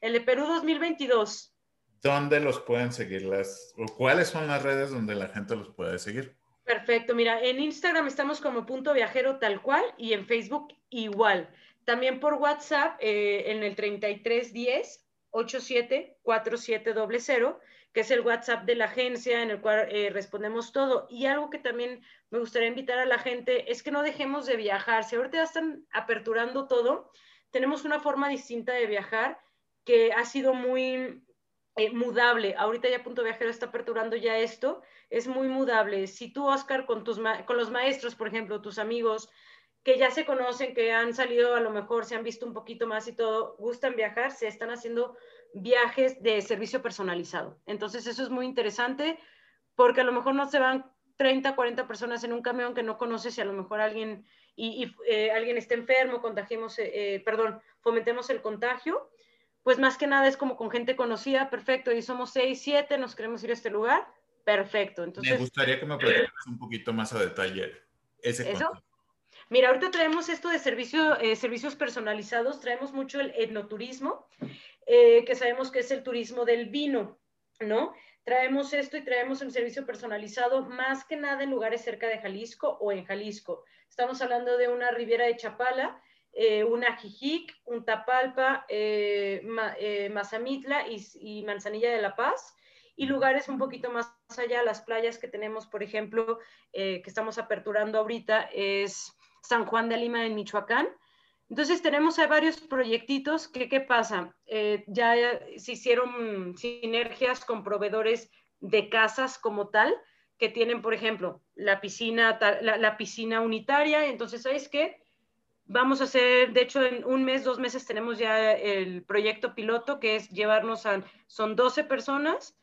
el de Perú dos mil veintidós. ¿Dónde los pueden seguir? Las, o ¿cuáles son las redes donde la gente los puede seguir? Perfecto, mira, en Instagram estamos como Punto Viajero tal cual y en Facebook igual. También por WhatsApp eh, en el treinta y tres diez ochenta y siete cuarenta y siete cero cero, que es el WhatsApp de la agencia en el cual eh, respondemos todo. Y algo que también me gustaría invitar a la gente es que no dejemos de viajar. Si ahorita ya están aperturando todo, tenemos una forma distinta de viajar que ha sido muy eh, mudable. Ahorita ya Punto Viajero está aperturando ya esto, es muy mudable. Si tú, Oscar, con, tus con los maestros, por ejemplo, tus amigos, que ya se conocen, que han salido, a lo mejor se han visto un poquito más y todo, gustan viajar, se están haciendo viajes de servicio personalizado. Entonces eso es muy interesante porque a lo mejor no se van treinta, cuarenta personas en un camión que no conoces y a lo mejor alguien, y, y eh, alguien está enfermo, contagiemos, eh, perdón, fomentemos el contagio. Pues más que nada es como con gente conocida, perfecto, y somos seis, siete, nos queremos ir a este lugar, perfecto. Me Entonces, gustaría que me platicaras un poquito más a detalle ese eso. concepto. Mira, ahorita traemos esto de servicio, eh, servicios personalizados, traemos mucho el etnoturismo, eh, que sabemos que es el turismo del vino, ¿no? Traemos esto y traemos un servicio personalizado más que nada en lugares cerca de Jalisco o en Jalisco. Estamos hablando de una Riviera de Chapala, eh, una Ajijic, un Tapalpa, eh, Ma, eh, Mazamitla y, y Manzanilla de la Paz, y lugares un poquito más allá, las playas que tenemos, por ejemplo, eh, que estamos aperturando ahorita, es San Juan de Lima en Michoacán. Entonces tenemos ahí varios proyectitos que, ¿qué pasa? Eh, ya se hicieron sinergias con proveedores de casas como tal, que tienen, por ejemplo, la piscina, la, la piscina unitaria. Entonces, ¿sabes qué? Vamos a hacer, de hecho, en un mes, dos meses tenemos ya el proyecto piloto, que es llevarnos a, son doce personas.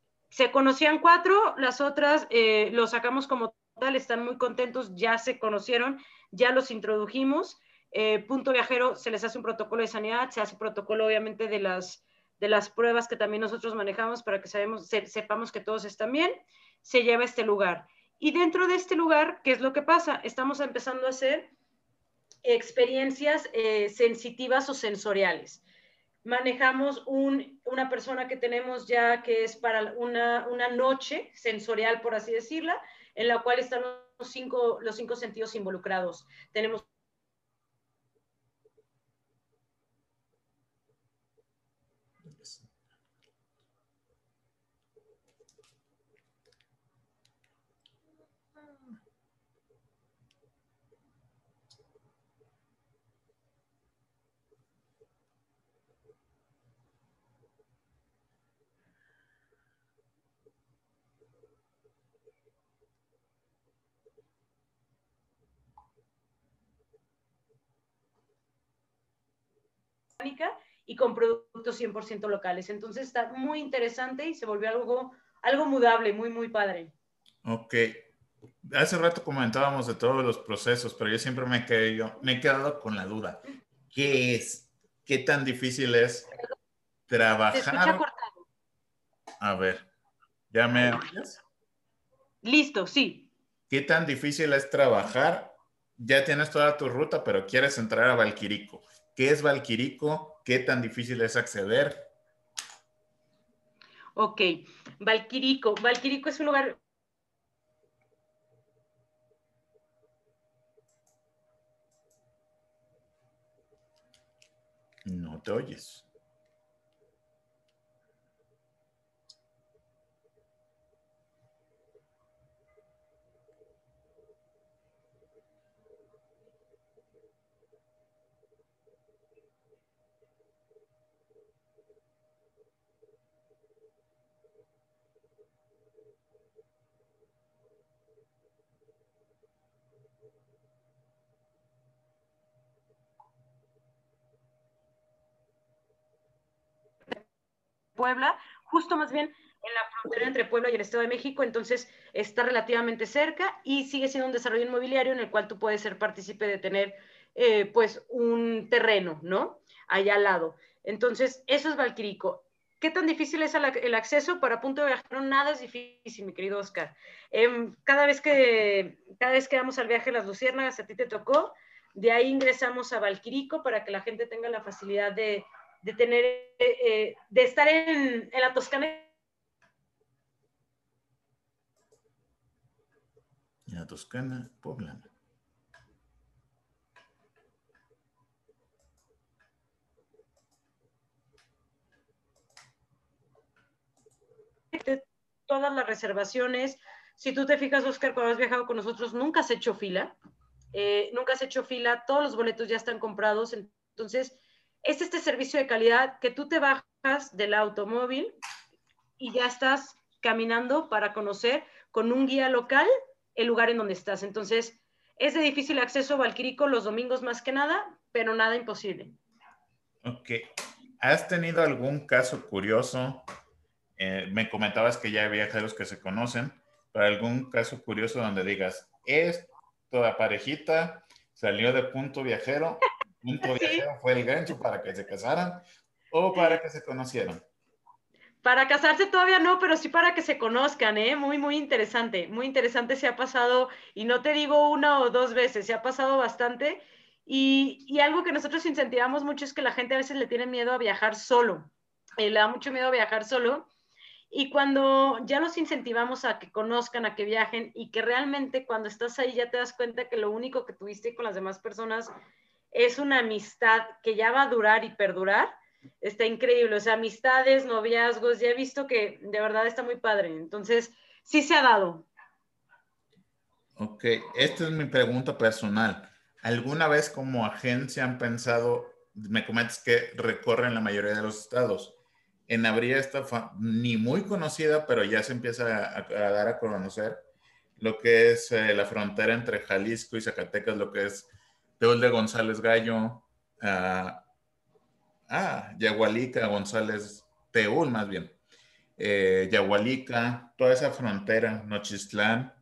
Se conocían cuatro, las otras eh, los sacamos como tal, están muy contentos, ya se conocieron, ya los introdujimos. Eh, Punto Viajero se les hace un protocolo de sanidad, se hace protocolo obviamente de las, de las pruebas que también nosotros manejamos para que sabemos, se, sepamos que todos están bien, se lleva a este lugar. Y dentro de este lugar, ¿qué es lo que pasa? Estamos empezando a hacer experiencias eh, sensitivas o sensoriales. Manejamos un, una persona que tenemos ya que es para una, una noche sensorial, por así decirla, en la cual están los cinco, los cinco sentidos involucrados. Tenemos y con productos cien por ciento locales. Entonces está muy interesante y se volvió algo, algo mudable, muy, muy padre. Ok. Hace rato comentábamos de todos los procesos, pero yo siempre me he, quedado, me he quedado con la duda. ¿Qué es? ¿Qué tan difícil es Se escucha trabajar? cortado. A ver, ¿ya me oyes? Listo, sí. ¿Qué tan difícil es trabajar? Ya tienes toda tu ruta, pero quieres entrar a Valquirico. ¿Qué es Valquirico? ¿Qué tan difícil es acceder? Ok, Valquirico. Valquirico es un lugar. No te oyes. Puebla, justo más bien en la frontera entre Puebla y el Estado de México, entonces está relativamente cerca y sigue siendo un desarrollo inmobiliario en el cual tú puedes ser partícipe de tener eh, pues un terreno, ¿no? Allá al lado. Entonces, eso es Valquirico. ¿Qué tan difícil es el acceso? Para Punto de Viajero nada es difícil, mi querido Oscar. Eh, cada, vez que, cada vez que vamos al viaje a las Luciérnagas, a ti te tocó, de ahí ingresamos a Valquirico para que la gente tenga la facilidad de de tener, eh, de estar en, en la Toscana. En la Toscana poblana. Todas las reservaciones. Si tú te fijas, Oscar, cuando has viajado con nosotros, nunca has hecho fila. Eh, nunca has hecho fila, todos los boletos ya están comprados. Entonces, es este servicio de calidad que tú te bajas del automóvil y ya estás caminando para conocer con un guía local el lugar en donde estás. Entonces, es de difícil acceso a Valquirico los domingos más que nada, pero nada imposible. Ok. ¿Has tenido algún caso curioso? Eh, me comentabas que ya hay viajeros que se conocen, pero algún caso curioso donde digas, es toda parejita, salió de Punto Viajero, Punto Sí. Viajero fue el gancho para que se casaran o para que se conocieran. Para casarse todavía no, pero sí para que se conozcan, ¿eh? Muy, muy interesante. Muy interesante se ha pasado, y no te digo una o dos veces, se ha pasado bastante. Y, y algo que nosotros incentivamos mucho es que la gente a veces le tiene miedo a viajar solo. Eh, le da mucho miedo a viajar solo. Y cuando ya los incentivamos a que conozcan, a que viajen, y que realmente cuando estás ahí ya te das cuenta que lo único que tuviste con las demás personas es una amistad que ya va a durar y perdurar, está increíble. O sea, amistades, noviazgos, ya he visto que de verdad está muy padre. Entonces, sí se ha dado. Ok, esta es mi pregunta personal. ¿Alguna vez como agencia han pensado, me comentas que recorren la mayoría de los estados, en abrir esta, fa- ni muy conocida, pero ya se empieza a, a dar a conocer lo que es eh, la frontera entre Jalisco y Zacatecas, lo que es Teul de González Gallo, ah, ah, Yagualica, González, Teul más bien, eh, Yagualica, toda esa frontera, Nochistlán?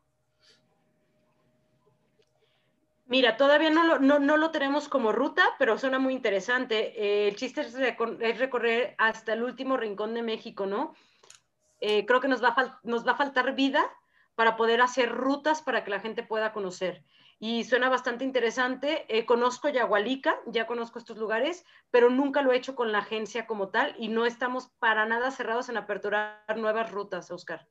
Mira, todavía no lo, no, no lo tenemos como ruta, pero suena muy interesante. Eh, el chiste es, recor es, recorrer hasta el último rincón de México, ¿no? Eh, creo que nos va, a nos va a faltar vida para poder hacer rutas para que la gente pueda conocer. Y suena bastante interesante. Eh, conozco Yagualica, ya conozco estos lugares, pero nunca lo he hecho con la agencia como tal y no estamos para nada cerrados en aperturar nuevas rutas, Oscar.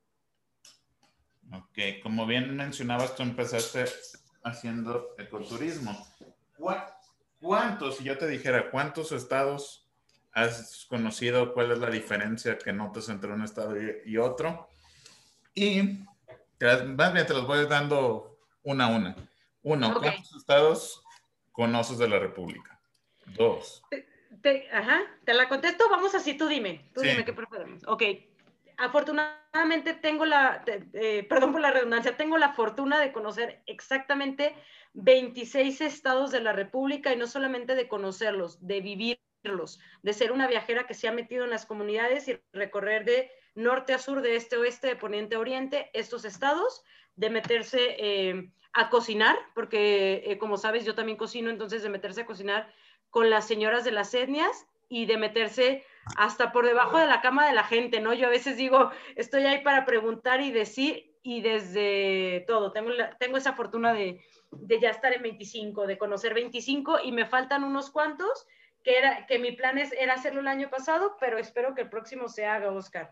Ok, como bien mencionabas, tú empezaste haciendo ecoturismo. ¿Cuántos, si yo te dijera, cuántos estados has conocido? ¿Cuál es la diferencia que notas entre un estado y, y otro? Y más bien te los voy dando una a una. Uno, Ok. ¿cuántos estados conoces de la República? Dos. Te, te, ajá, te la contesto, vamos así, tú dime, tú Sí, dime qué preferimos. Ok, afortunadamente tengo la, te, eh, perdón por la redundancia, tengo la fortuna de conocer exactamente veintiséis estados de la República y no solamente de conocerlos, de vivirlos, de ser una viajera que se ha metido en las comunidades y recorrer de norte a sur, de este a oeste, de poniente a oriente, estos estados, de meterse eh, a cocinar, porque eh, como sabes yo también cocino, entonces de meterse a cocinar con las señoras de las etnias y de meterse hasta por debajo de la cama de la gente, ¿no? Yo a veces digo, estoy ahí para preguntar y decir, y desde todo, tengo, la, tengo esa fortuna de, de ya estar en veinticinco, de conocer veinticinco, y me faltan unos cuantos, que, era, que mi plan es, era hacerlo el año pasado, pero espero que el próximo se haga, Oscar.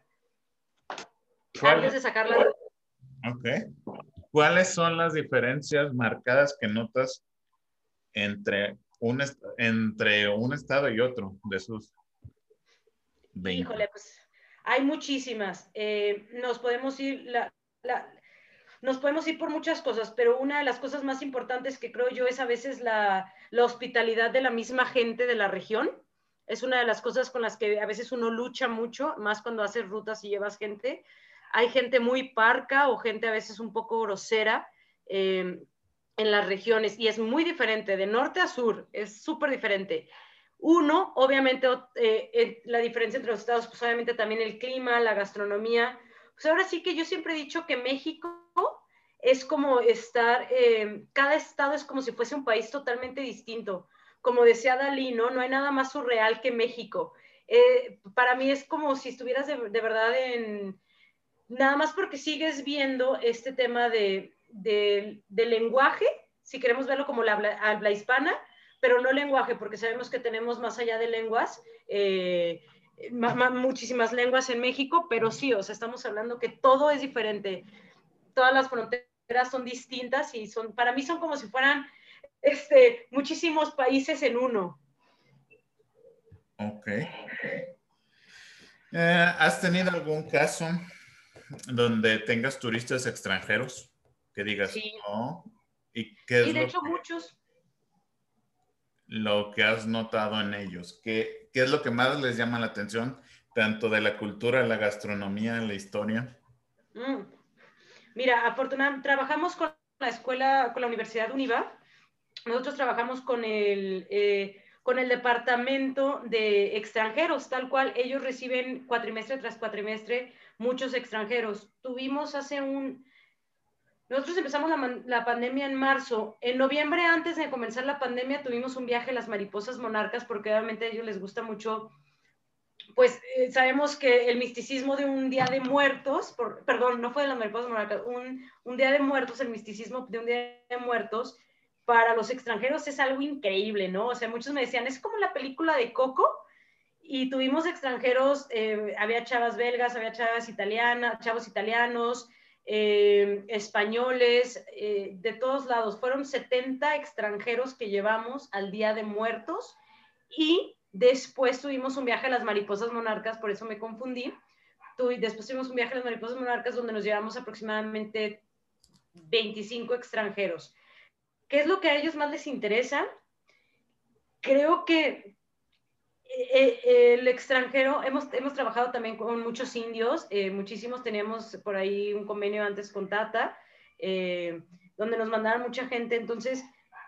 Antes ¿cuál? de sacarla. Ok. ¿Cuáles son las diferencias marcadas que notas entre un, est- entre un estado y otro de esos veinte? Híjole, pues hay muchísimas. Eh, nos podemos ir, la, la, nos podemos ir por muchas cosas, pero una de las cosas más importantes que creo yo es a veces la, la hospitalidad de la misma gente de la región. Es una de las cosas con las que a veces uno lucha mucho, más cuando haces rutas y llevas gente. Hay gente muy parca o gente a veces un poco grosera eh, en las regiones y es muy diferente de norte a sur, es súper diferente. Uno, obviamente, eh, eh, la diferencia entre los estados, pues obviamente también el clima, la gastronomía. Pues ahora sí que yo siempre he dicho que México es como estar, eh, cada estado es como si fuese un país totalmente distinto. Como decía Dalí, ¿no? No hay nada más surreal que México. Eh, para mí es como si estuvieras de, de verdad en, nada más porque sigues viendo este tema de, de, de lenguaje, si queremos verlo como la habla, habla hispana, pero no lenguaje, porque sabemos que tenemos más allá de lenguas, eh, muchísimas lenguas en México, pero sí, o sea, estamos hablando que todo es diferente, todas las fronteras son distintas y son, para mí son como si fueran este, muchísimos países en uno. Ok. Eh, ¿has tenido algún caso donde tengas turistas extranjeros que digas, Sí, oh, ¿y qué sí, es de lo hecho que, muchos. lo que has notado en ellos? ¿Qué, qué es lo que más les llama la atención, tanto de la cultura, la gastronomía, la historia? Mm. Mira, afortunadamente trabajamos con la escuela, con la Universidad UNIVA. Nosotros trabajamos con el, eh, con el departamento de extranjeros, tal cual ellos reciben cuatrimestre tras cuatrimestre muchos extranjeros. Tuvimos hace un... Nosotros empezamos la, la pandemia en marzo. En noviembre, antes de comenzar la pandemia, tuvimos un viaje a las mariposas monarcas porque obviamente a ellos les gusta mucho, pues eh, sabemos que el misticismo de un día de muertos, por, perdón, no fue de las mariposas monarcas, un, un día de muertos, el misticismo de un día de muertos, para los extranjeros es algo increíble, ¿no? O sea, muchos me decían, es como la película de Coco, y tuvimos extranjeros, eh, había chavas belgas, había chavas italianas, chavos italianos, eh, españoles, eh, de todos lados. Fueron setenta extranjeros que llevamos al Día de Muertos y después tuvimos un viaje a las mariposas monarcas, por eso me confundí. Tuve, después tuvimos un viaje a las mariposas monarcas donde nos llevamos aproximadamente veinticinco extranjeros. ¿Qué es lo que a ellos más les interesa? Creo que eh, el extranjero, hemos, hemos trabajado también con muchos indios, eh, muchísimos, teníamos por ahí un convenio antes con Tata, eh, donde nos mandaban mucha gente, entonces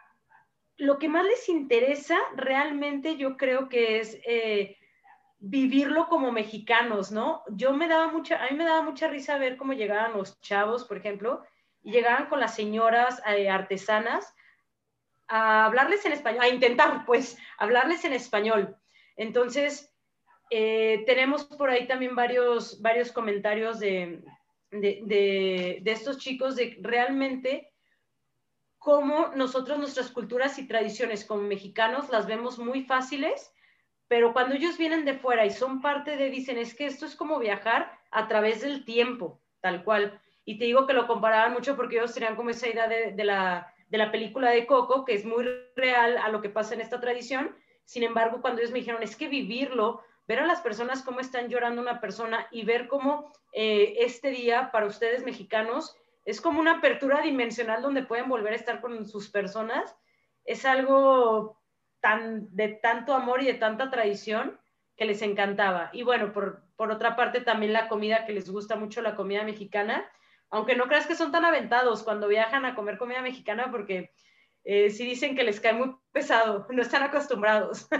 lo que más les interesa realmente yo creo que es eh, vivirlo como mexicanos, ¿no? Yo me daba mucha, a mí me daba mucha risa ver cómo llegaban los chavos, por ejemplo, y llegaban con las señoras eh, artesanas a hablarles en español, a intentar, pues, hablarles en español. Entonces, eh, tenemos por ahí también varios, varios comentarios de, de, de, de estos chicos de realmente cómo nosotros nuestras culturas y tradiciones como mexicanos las vemos muy fáciles, pero cuando ellos vienen de fuera y son parte de, dicen, es que esto es como viajar a través del tiempo, tal cual. Y te digo que lo comparaban mucho porque ellos tenían como esa idea de, de, la, de la película de Coco, que es muy real a lo que pasa en esta tradición. Sin embargo, cuando ellos me dijeron, es que vivirlo, ver a las personas cómo están llorando una persona y ver cómo eh, este día para ustedes mexicanos es como una apertura dimensional donde pueden volver a estar con sus personas, es algo tan, de tanto amor y de tanta tradición que les encantaba. Y bueno, por, por otra parte también la comida, que les gusta mucho la comida mexicana, aunque no creas que son tan aventados cuando viajan a comer comida mexicana porque eh, sí dicen que les cae muy pesado, no están acostumbrados.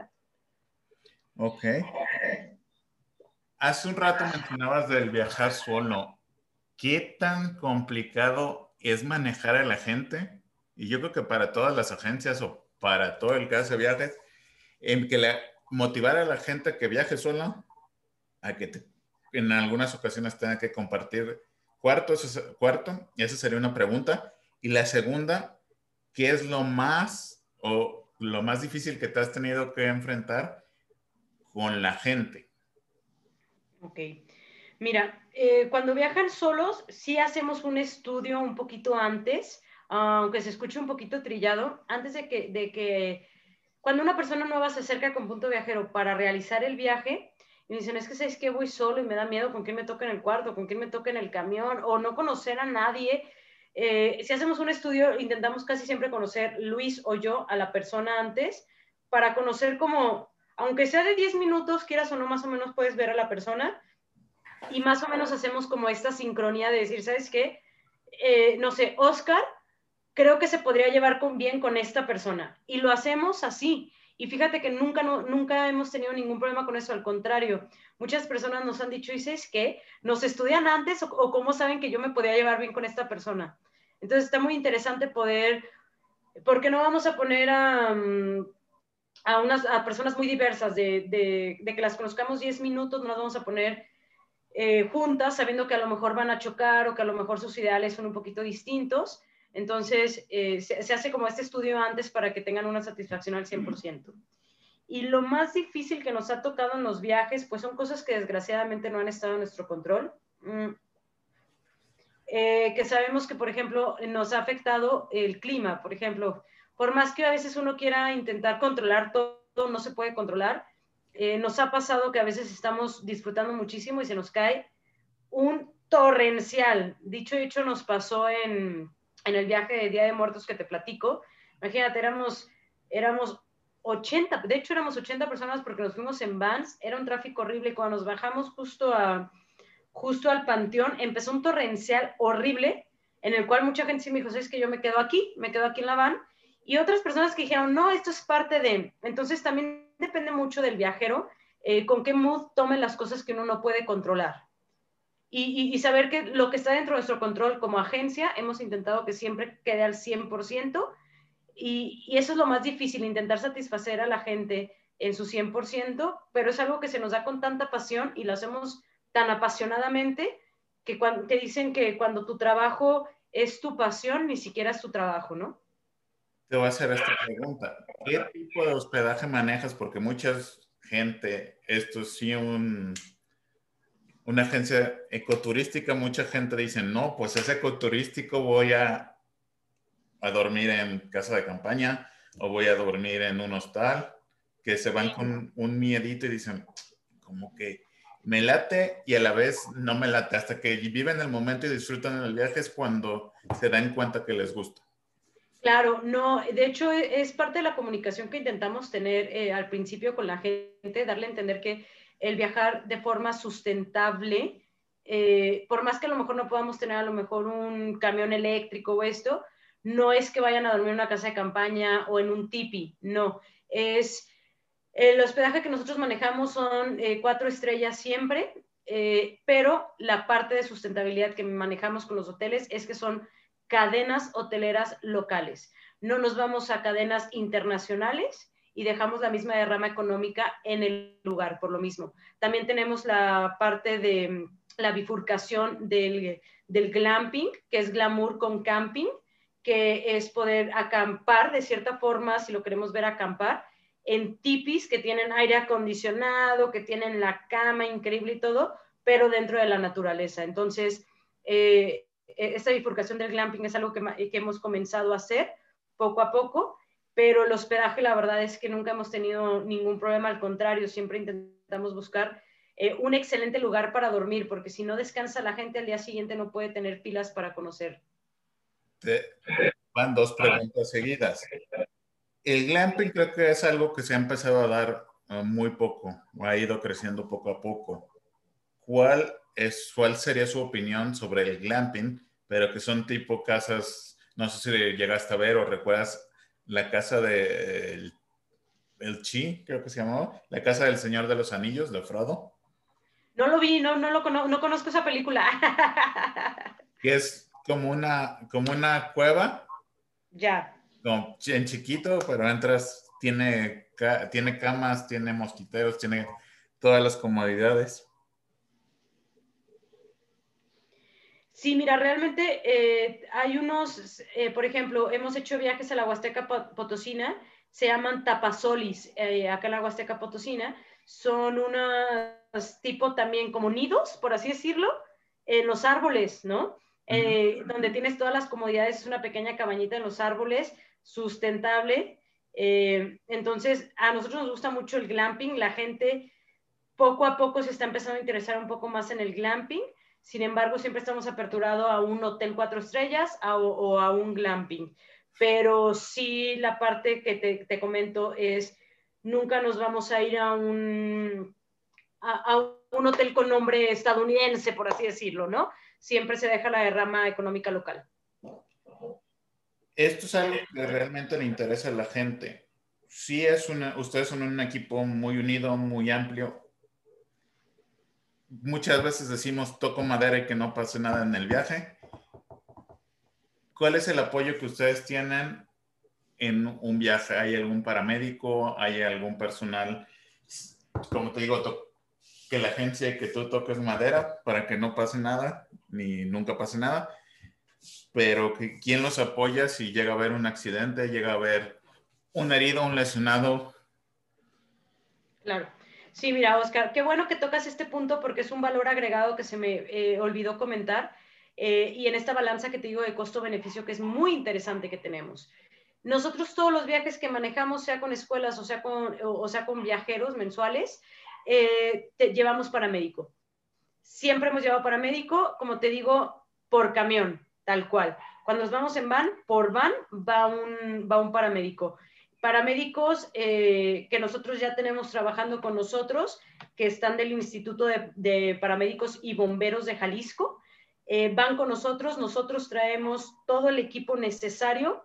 Ok. Hace un rato mencionabas del viajar solo. ¿Qué tan complicado es manejar a la gente? Y yo creo que para todas las agencias o para todo el caso de viajes, en que la, motivar a la gente a que viaje sola, a que te, en algunas ocasiones tenga que compartir cuartos, cuarto, esa sería una pregunta. Y la segunda, ¿qué es lo más o lo más difícil que te has tenido que enfrentar con la gente? Ok. Mira, eh, cuando viajan solos, sí hacemos un estudio un poquito antes, aunque se escuche un poquito trillado, antes de que, de que cuando una persona nueva se acerca con Punto Viajero para realizar el viaje, y me dicen, es que sabes que voy solo y me da miedo con quién me toca en el cuarto, con quién me toca en el camión, o no conocer a nadie. Eh, si hacemos un estudio, intentamos casi siempre conocer Luis o yo a la persona antes, para conocer como, aunque sea de diez minutos, quieras o no, más o menos puedes ver a la persona y más o menos hacemos como esta sincronía de decir, ¿sabes qué? Eh, no sé, Oscar, creo que se podría llevar con, bien con esta persona. Y lo hacemos así. Y fíjate que nunca, no, nunca hemos tenido ningún problema con eso, al contrario. Muchas personas nos han dicho, ¿y sabes qué? ¿Nos estudian antes o, o cómo saben que yo me podía llevar bien con esta persona? Entonces está muy interesante poder, porque no vamos a poner a... Um, a, unas, a personas muy diversas, de, de, de que las conozcamos diez minutos, no las vamos a poner eh, juntas, sabiendo que a lo mejor van a chocar o que a lo mejor sus ideales son un poquito distintos. Entonces, eh, se, se hace como este estudio antes para que tengan una satisfacción al cien por ciento. Y lo más difícil que nos ha tocado en los viajes, pues son cosas que desgraciadamente no han estado en nuestro control. Mm. Eh, que sabemos que, por ejemplo, nos ha afectado el clima. Por ejemplo, por más que a veces uno quiera intentar controlar todo, no se puede controlar. Eh, nos ha pasado que a veces estamos disfrutando muchísimo y se nos cae un torrencial. Dicho y hecho, nos pasó en, en el viaje de Día de Muertos que te platico. Imagínate, éramos, éramos ochenta, de hecho éramos ochenta personas porque nos fuimos en vans, era un tráfico horrible y cuando nos bajamos justo, a, justo al panteón empezó un torrencial horrible en el cual mucha gente sí me dijo, es que yo me quedo aquí, me quedo aquí en la van, y otras personas que dijeron, no, esto es parte de, entonces también depende mucho del viajero, eh, con qué mood tome las cosas que uno no puede controlar. Y, y, y, saber que lo que está dentro de nuestro control como agencia, hemos intentado que siempre quede al cien por ciento y, y eso es lo más difícil, intentar satisfacer a la gente en su cien por ciento, pero es algo que se nos da con tanta pasión y lo hacemos tan apasionadamente que, cuando, que dicen que cuando tu trabajo es tu pasión, ni siquiera es tu trabajo, ¿no? Te voy a hacer esta pregunta. ¿Qué tipo de hospedaje manejas? Porque mucha gente, esto es sí un... una agencia ecoturística, mucha gente dice, no, pues es ecoturístico, voy a, a dormir en casa de campaña o voy a dormir en un hostal, que se van con un miedito y dicen, como que me late y a la vez no me late, hasta que viven el momento y disfrutan el viaje es cuando se dan cuenta que les gusta. Claro, no, de hecho es parte de la comunicación que intentamos tener eh, al principio con la gente, darle a entender que el viajar de forma sustentable, eh, por más que a lo mejor no podamos tener a lo mejor un camión eléctrico o esto, no es que vayan a dormir en una casa de campaña o en un tipi, no, es el hospedaje que nosotros manejamos son eh, cuatro estrellas siempre, eh, pero la parte de sustentabilidad que manejamos con los hoteles es que son cadenas hoteleras locales. No nos vamos a cadenas internacionales y dejamos la misma derrama económica en el lugar, por lo mismo. También tenemos la parte de la bifurcación del, del glamping, que es glamour con camping, que es poder acampar de cierta forma, si lo queremos ver acampar, en tipis que tienen aire acondicionado, que tienen la cama increíble y todo, pero dentro de la naturaleza. Entonces, eh, esta bifurcación del glamping es algo que, que hemos comenzado a hacer poco a poco, pero el hospedaje la verdad es que nunca hemos tenido ningún problema, al contrario, siempre intentamos buscar eh, un excelente lugar para dormir, porque si no descansa la gente al día siguiente no puede tener pilas para conocer. Te van dos preguntas seguidas. El glamping creo que es algo que se ha empezado a dar uh, muy poco, o ha ido creciendo poco a poco. ¿Cuál, es, ¿Cuál sería su opinión sobre el glamping? Pero que son tipo casas, no sé si llegaste a ver o recuerdas la casa de el, el Chi, creo que se llamaba, la casa del Señor de los Anillos, de Frodo. No lo vi, no, no, lo cono no conozco esa película. Que es como una, como una cueva. Ya. Como en chiquito, pero entras, tiene, tiene camas, tiene mosquiteros, tiene todas las comodidades. Sí, mira, realmente eh, hay unos, eh, por ejemplo, hemos hecho viajes a la Huasteca Potosina, se llaman tapasolis, eh, acá en la Huasteca Potosina, son unas tipo también como nidos, por así decirlo, en los árboles, ¿no? Eh, uh-huh. Donde tienes todas las comodidades, es una pequeña cabañita en los árboles, sustentable. Eh, entonces, a nosotros nos gusta mucho el glamping, la gente poco a poco se está empezando a interesar un poco más en el glamping. Sin embargo, siempre estamos aperturados a un hotel cuatro estrellas a, o a un glamping. Pero sí, la parte que te, te comento es, nunca nos vamos a ir a un, a, a un hotel con nombre estadounidense, por así decirlo, ¿no? Siempre se deja la derrama económica local. Esto es algo que realmente le interesa a la gente. Sí es una, ustedes son un equipo muy unido, muy amplio. Muchas veces decimos toco madera y que no pase nada en el viaje. ¿Cuál es el apoyo que ustedes tienen en un viaje? ¿Hay algún paramédico? ¿Hay algún personal? Como te digo, que la agencia y que tú toques madera para que no pase nada, ni nunca pase nada. pero que, ¿quién los apoya si llega a haber un accidente, llega a haber un herido, un lesionado? Claro. Sí, mira, Oscar, qué bueno que tocas este punto porque es un valor agregado que se me eh, olvidó comentar eh, y en esta balanza que te digo de costo-beneficio que es muy interesante que tenemos. Nosotros todos los viajes que manejamos, sea con escuelas o sea con, o, o sea con viajeros mensuales, eh, te, llevamos paramédico. Siempre hemos llevado paramédico, como te digo, por camión, tal cual. Cuando nos vamos en van, por van va un, va un paramédico. Paramédicos eh, que nosotros ya tenemos trabajando con nosotros, que están del Instituto de, de Paramédicos y Bomberos de Jalisco, eh, van con nosotros, nosotros traemos todo el equipo necesario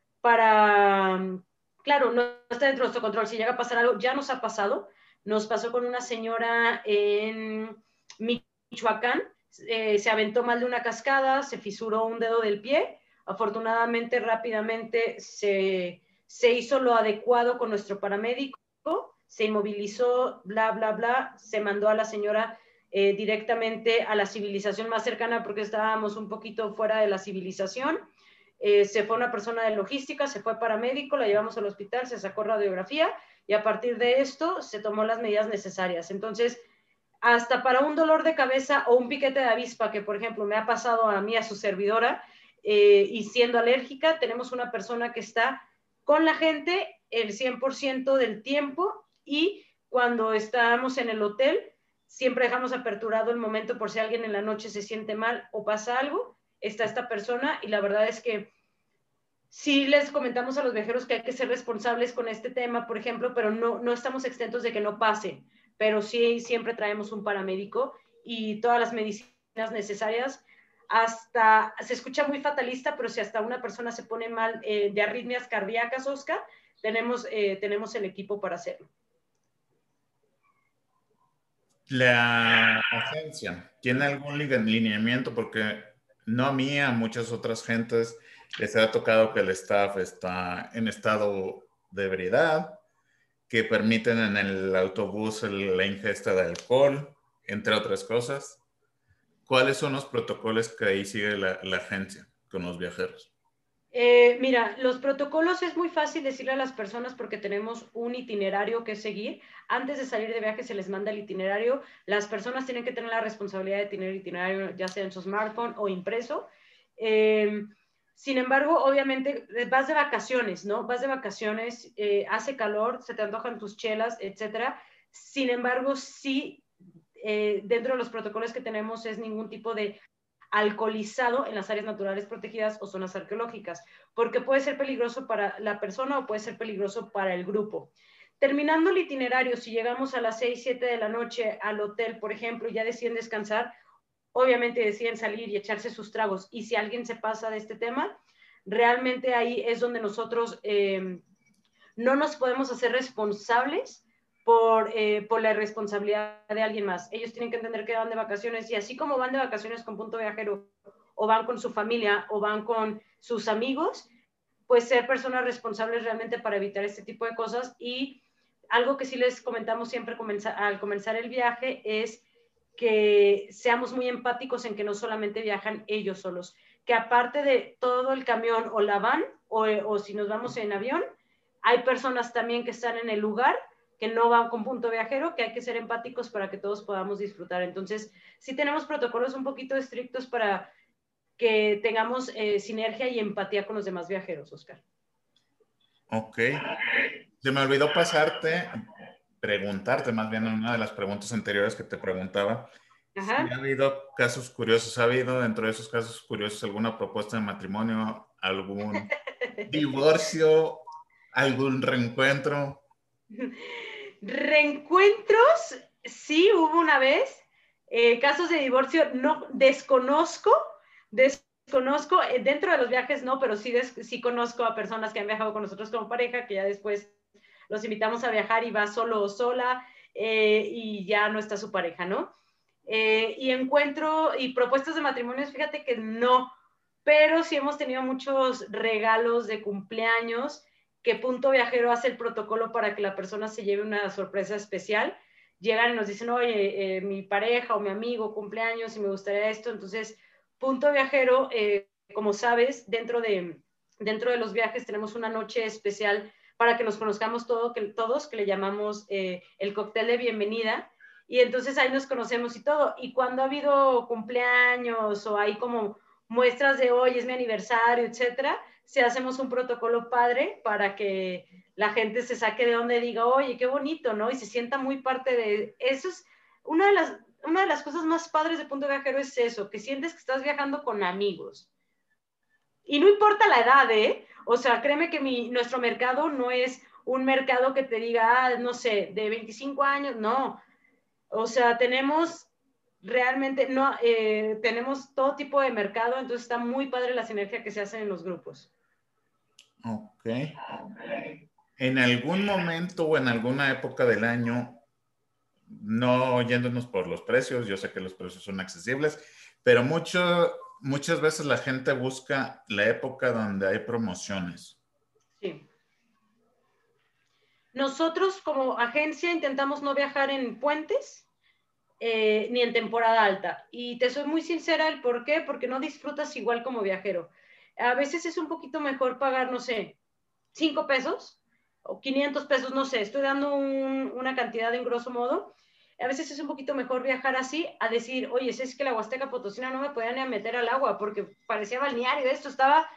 para, claro, no está dentro de nuestro control, si llega a pasar algo, ya nos ha pasado, nos pasó con una señora en Michoacán, eh, se aventó mal de una cascada, se fisuró un dedo del pie, afortunadamente rápidamente se, se hizo lo adecuado con nuestro paramédico, se inmovilizó, bla, bla, bla, se mandó a la señora eh, directamente a la civilización más cercana porque estábamos un poquito fuera de la civilización. Eh, se fue una persona de logística, se fue paramédico, la llevamos al hospital, se sacó radiografía y a partir de esto se tomó las medidas necesarias. Entonces, hasta para un dolor de cabeza o un piquete de avispa, que por ejemplo me ha pasado a mí, a su servidora, eh, y siendo alérgica, tenemos una persona que está con la gente el cien por ciento del tiempo y cuando estamos en el hotel, siempre dejamos aperturado el momento por si alguien en la noche se siente mal o pasa algo, está esta persona y la verdad es que sí les comentamos a los viajeros que hay que ser responsables con este tema, por ejemplo, pero no, no estamos exentos de que no pase, pero sí siempre traemos un paramédico y todas las medicinas necesarias. Hasta, se escucha muy fatalista, pero si hasta una persona se pone mal eh, de arritmias cardíacas, Oscar, tenemos, eh, tenemos el equipo para hacerlo. La agencia, ¿tiene algún lineamiento? Porque no a mí, a muchas otras gentes les ha tocado que el staff está en estado de ebriedad, que permiten en el autobús el, la ingesta de alcohol, entre otras cosas. ¿Cuáles son los protocolos que ahí sigue la, la agencia con los viajeros? Eh, mira, los protocolos es muy fácil decirle a las personas porque tenemos un itinerario que seguir. Antes de salir de viaje se les manda el itinerario. Las personas tienen que tener la responsabilidad de tener el itinerario ya sea en su smartphone o impreso. Eh, sin embargo, obviamente vas de vacaciones, ¿no? Vas de vacaciones, eh, hace calor, se te antojan tus chelas, etcétera. Sin embargo, sí, eh, dentro de los protocolos que tenemos es ningún tipo de alcoholizado en las áreas naturales protegidas o zonas arqueológicas, porque puede ser peligroso para la persona o puede ser peligroso para el grupo. Terminando el itinerario, si llegamos a las seis, siete de la noche al hotel, por ejemplo, y ya deciden descansar, obviamente deciden salir y echarse sus tragos. Y si alguien se pasa de este tema, realmente ahí es donde nosotros eh, no nos podemos hacer responsables por, eh, por la irresponsabilidad de alguien más. Ellos tienen que entender que van de vacaciones y así como van de vacaciones con Punto Viajero o van con su familia o van con sus amigos, pues ser personas responsables realmente para evitar este tipo de cosas. Y algo que sí les comentamos siempre comenzar, al comenzar el viaje es que seamos muy empáticos en que no solamente viajan ellos solos, que aparte de todo el camión o la van o, o si nos vamos en avión, hay personas también que están en el lugar que no van con Punto Viajero, que hay que ser empáticos para que todos podamos disfrutar. Entonces, sí tenemos protocolos un poquito estrictos para que tengamos eh, sinergia y empatía con los demás viajeros, Oscar. Ok. Se me olvidó pasarte, preguntarte más bien una de las preguntas anteriores que te preguntaba. Si ha Ajá. habido casos curiosos, ¿ha habido dentro de esos casos curiosos alguna propuesta de matrimonio, algún divorcio, algún reencuentro? Reencuentros, sí, hubo una vez. Eh, casos de divorcio, no, desconozco, desconozco, eh, dentro de los viajes no, pero sí, des, sí conozco a personas que han viajado con nosotros como pareja, que ya después los invitamos a viajar y va solo o sola eh, y ya no está su pareja, ¿no? Eh, y encuentro y propuestas de matrimonios, fíjate que no, pero sí hemos tenido muchos regalos de cumpleaños que Punto Viajero hace el protocolo para que la persona se lleve una sorpresa especial. Llegan y nos dicen, oye, eh, mi pareja o mi amigo cumpleaños y me gustaría esto. Entonces, Punto Viajero eh, como sabes, dentro de, dentro de los viajes tenemos una noche especial para que nos conozcamos todo, que, todos, que le llamamos eh, el cóctel de bienvenida, y entonces ahí nos conocemos y todo. Y cuando ha habido cumpleaños o hay como muestras de hoy es mi aniversario, etcétera, si hacemos un protocolo padre para que la gente se saque de donde diga, oye, qué bonito, ¿no? Y se sienta muy parte de eso. Es una de las, una de las cosas más padres de Punto Viajero, es eso, que sientes que estás viajando con amigos. Y no importa la edad, ¿eh? O sea, créeme que mi, nuestro mercado no es un mercado que te diga, ah, no sé, de veinticinco años, no. O sea, tenemos realmente, no, eh, tenemos todo tipo de mercado, entonces está muy padre la sinergia que se hace en los grupos. Ok. En algún momento o en alguna época del año, no yéndonos por los precios, yo sé que los precios son accesibles, pero mucho, muchas veces la gente busca la época donde hay promociones. Sí. Nosotros como agencia intentamos no viajar en puentes eh, ni en temporada alta. Y te soy muy sincera el por qué, porque no disfrutas igual como viajero. A veces es un poquito mejor pagar, no sé, cinco pesos o quinientos pesos, no sé, estoy dando un, una cantidad en grosso modo. A veces es un poquito mejor viajar así a decir, oye, si es que la Huasteca Potosina no me podían ni a meter al agua porque parecía balneario, esto estaba,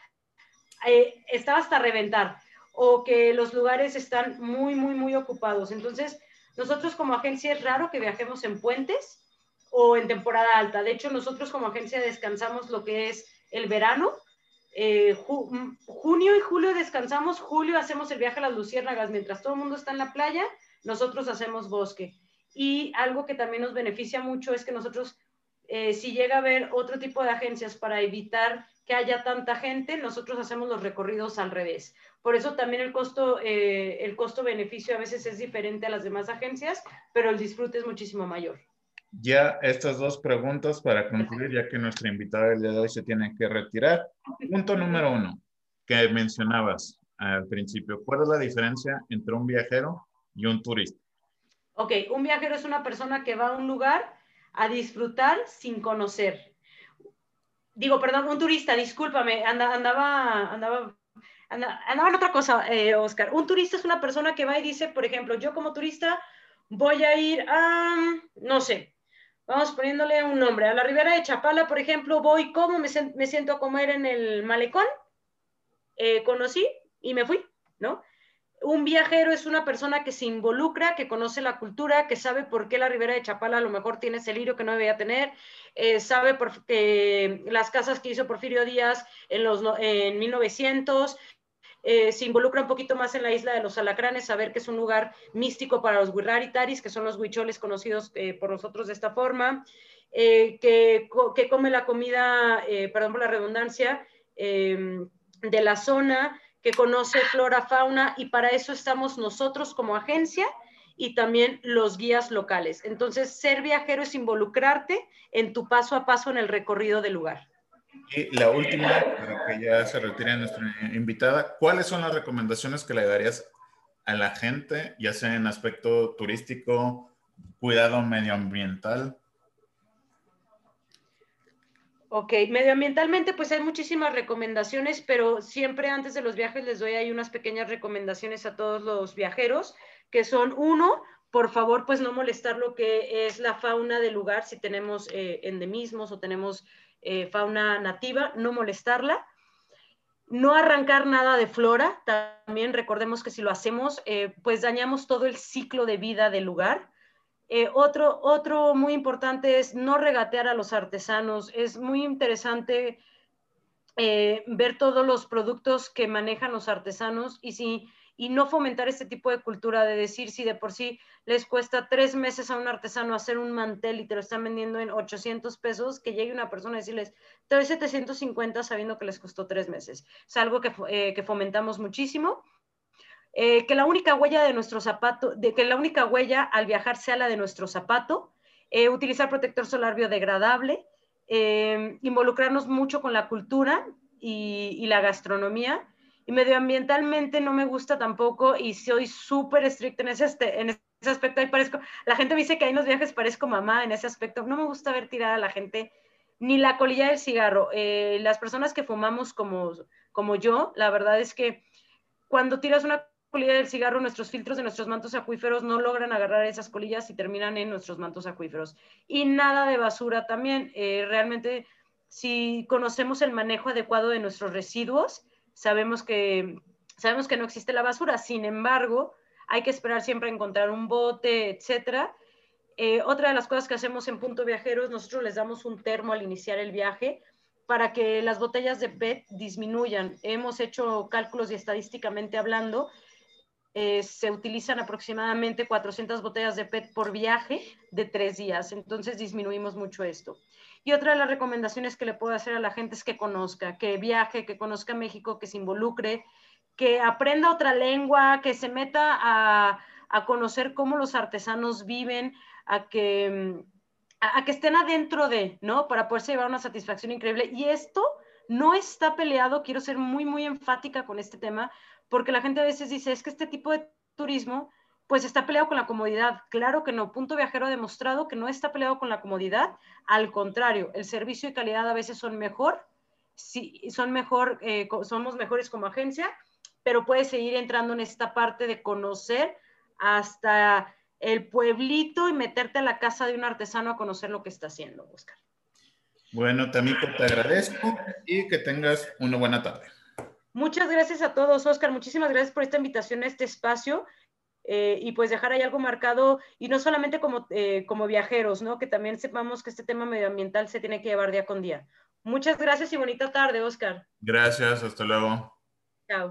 eh, estaba hasta reventar, o que los lugares están muy, muy, muy ocupados. Entonces, nosotros como agencia es raro que viajemos en puentes o en temporada alta. De hecho, nosotros como agencia descansamos lo que es el verano. Eh, ju junio y julio descansamos, julio hacemos el viaje a las luciérnagas, mientras todo el mundo está en la playa, nosotros hacemos bosque. Y algo que también nos beneficia mucho es que nosotros, eh, si llega a haber otro tipo de agencias para evitar que haya tanta gente, nosotros hacemos los recorridos al revés. Por eso también el costo, eh, el costo-beneficio a veces es diferente a las demás agencias, pero el disfrute es muchísimo mayor. Ya estas dos preguntas para concluir, ya que nuestra invitada del día de hoy se tiene que retirar. Punto número uno, que mencionabas al principio. ¿Cuál es la diferencia entre un viajero y un turista? Ok, un viajero es una persona que va a un lugar a disfrutar sin conocer. Digo, perdón, un turista, discúlpame, anda, andaba, andaba, andaba, andaba en otra cosa, eh, Oscar. Un turista es una persona que va y dice, por ejemplo, yo como turista voy a ir a, no sé, vamos poniéndole un nombre, a la Ribera de Chapala, por ejemplo, voy, como me, me siento a comer en el malecón, eh, conocí y me fui, ¿no? Un viajero es una persona que se involucra, que conoce la cultura, que sabe por qué la Ribera de Chapala a lo mejor tiene ese lirio que no debía tener, eh, sabe por, eh, las casas que hizo Porfirio Díaz en, los, en mil novecientos, eh, se involucra un poquito más en la isla de los Alacranes, saber que es un lugar místico para los Wirraritaris, que son los huicholes conocidos eh, por nosotros de esta forma, eh, que, que come la comida, eh, perdón por la redundancia, eh, de la zona, que conoce flora, fauna, y para eso estamos nosotros como agencia y también los guías locales. Entonces, ser viajero es involucrarte en tu paso a paso en el recorrido del lugar. Y la última, para que ya se retire nuestra invitada, ¿cuáles son las recomendaciones que le darías a la gente, ya sea en aspecto turístico, cuidado medioambiental? Ok, medioambientalmente pues hay muchísimas recomendaciones, pero siempre antes de los viajes les doy ahí unas pequeñas recomendaciones a todos los viajeros, que son uno, por favor pues no molestar lo que es la fauna del lugar, si tenemos eh, endemismos o tenemos eh, fauna nativa, no molestarla. No arrancar nada de flora, también recordemos que si lo hacemos, eh, pues dañamos todo el ciclo de vida del lugar. Eh, otro, otro muy importante es no regatear a los artesanos. Es muy interesante eh, ver todos los productos que manejan los artesanos y, si, y no fomentar este tipo de cultura de decir si de por sí les cuesta tres meses a un artesano hacer un mantel y te lo están vendiendo en ochocientos pesos, que llegue una persona a decirles, te doy setecientos cincuenta sabiendo que les costó tres meses. Es algo que, eh, que fomentamos muchísimo. Eh, que la única huella de nuestro zapato, de que la única huella al viajar sea la de nuestro zapato, eh, utilizar protector solar biodegradable, eh, involucrarnos mucho con la cultura y, y la gastronomía. Y medioambientalmente no me gusta tampoco y soy súper estricta en ese, en ese aspecto. Ahí parezco, la gente me dice que ahí en los viajes parezco mamá en ese aspecto. No me gusta ver tirada a la gente Ni la colilla del cigarro. Eh, las personas que fumamos como, como yo, la verdad es que cuando tiras una colilla del cigarro, nuestros filtros de nuestros mantos acuíferos no logran agarrar esas colillas y terminan en nuestros mantos acuíferos. Y nada de basura también. Eh, realmente, si conocemos el manejo adecuado de nuestros residuos, sabemos que, sabemos que no existe la basura. Sin embargo, hay que esperar siempre a encontrar un bote, etcétera. Eh, otra de las cosas que hacemos en Punto Viajeros, nosotros les damos un termo al iniciar el viaje para que las botellas de P E T disminuyan. Hemos hecho cálculos y estadísticamente hablando, eh, se utilizan aproximadamente cuatrocientas botellas de P E T por viaje de tres días, entonces disminuimos mucho esto. Y otra de las recomendaciones que le puedo hacer a la gente es que conozca, que viaje, que conozca México, que se involucre, que aprenda otra lengua, que se meta a, a conocer cómo los artesanos viven, a que, a, a que estén adentro de, ¿no? Para poderse llevar una satisfacción increíble. Y esto no está peleado, quiero ser muy, muy enfática con este tema, porque la gente a veces dice, es que este tipo de turismo pues está peleado con la comodidad. Claro que no. Punto Viajero ha demostrado que no está peleado con la comodidad. Al contrario, el servicio y calidad a veces son mejor, sí, son mejor, eh, somos mejores como agencia, pero puedes seguir entrando en esta parte de conocer hasta el pueblito y meterte a la casa de un artesano a conocer lo que está haciendo, Oscar. Bueno, Tamiko, te agradezco y que tengas una buena tarde. Muchas gracias a todos, Oscar. Muchísimas gracias por esta invitación a este espacio. Eh, y pues dejar ahí algo marcado, y no solamente como, eh, como viajeros, ¿no? Que también sepamos que este tema medioambiental se tiene que llevar día con día. Muchas gracias y bonita tarde, Oscar. Gracias, hasta luego. Chao.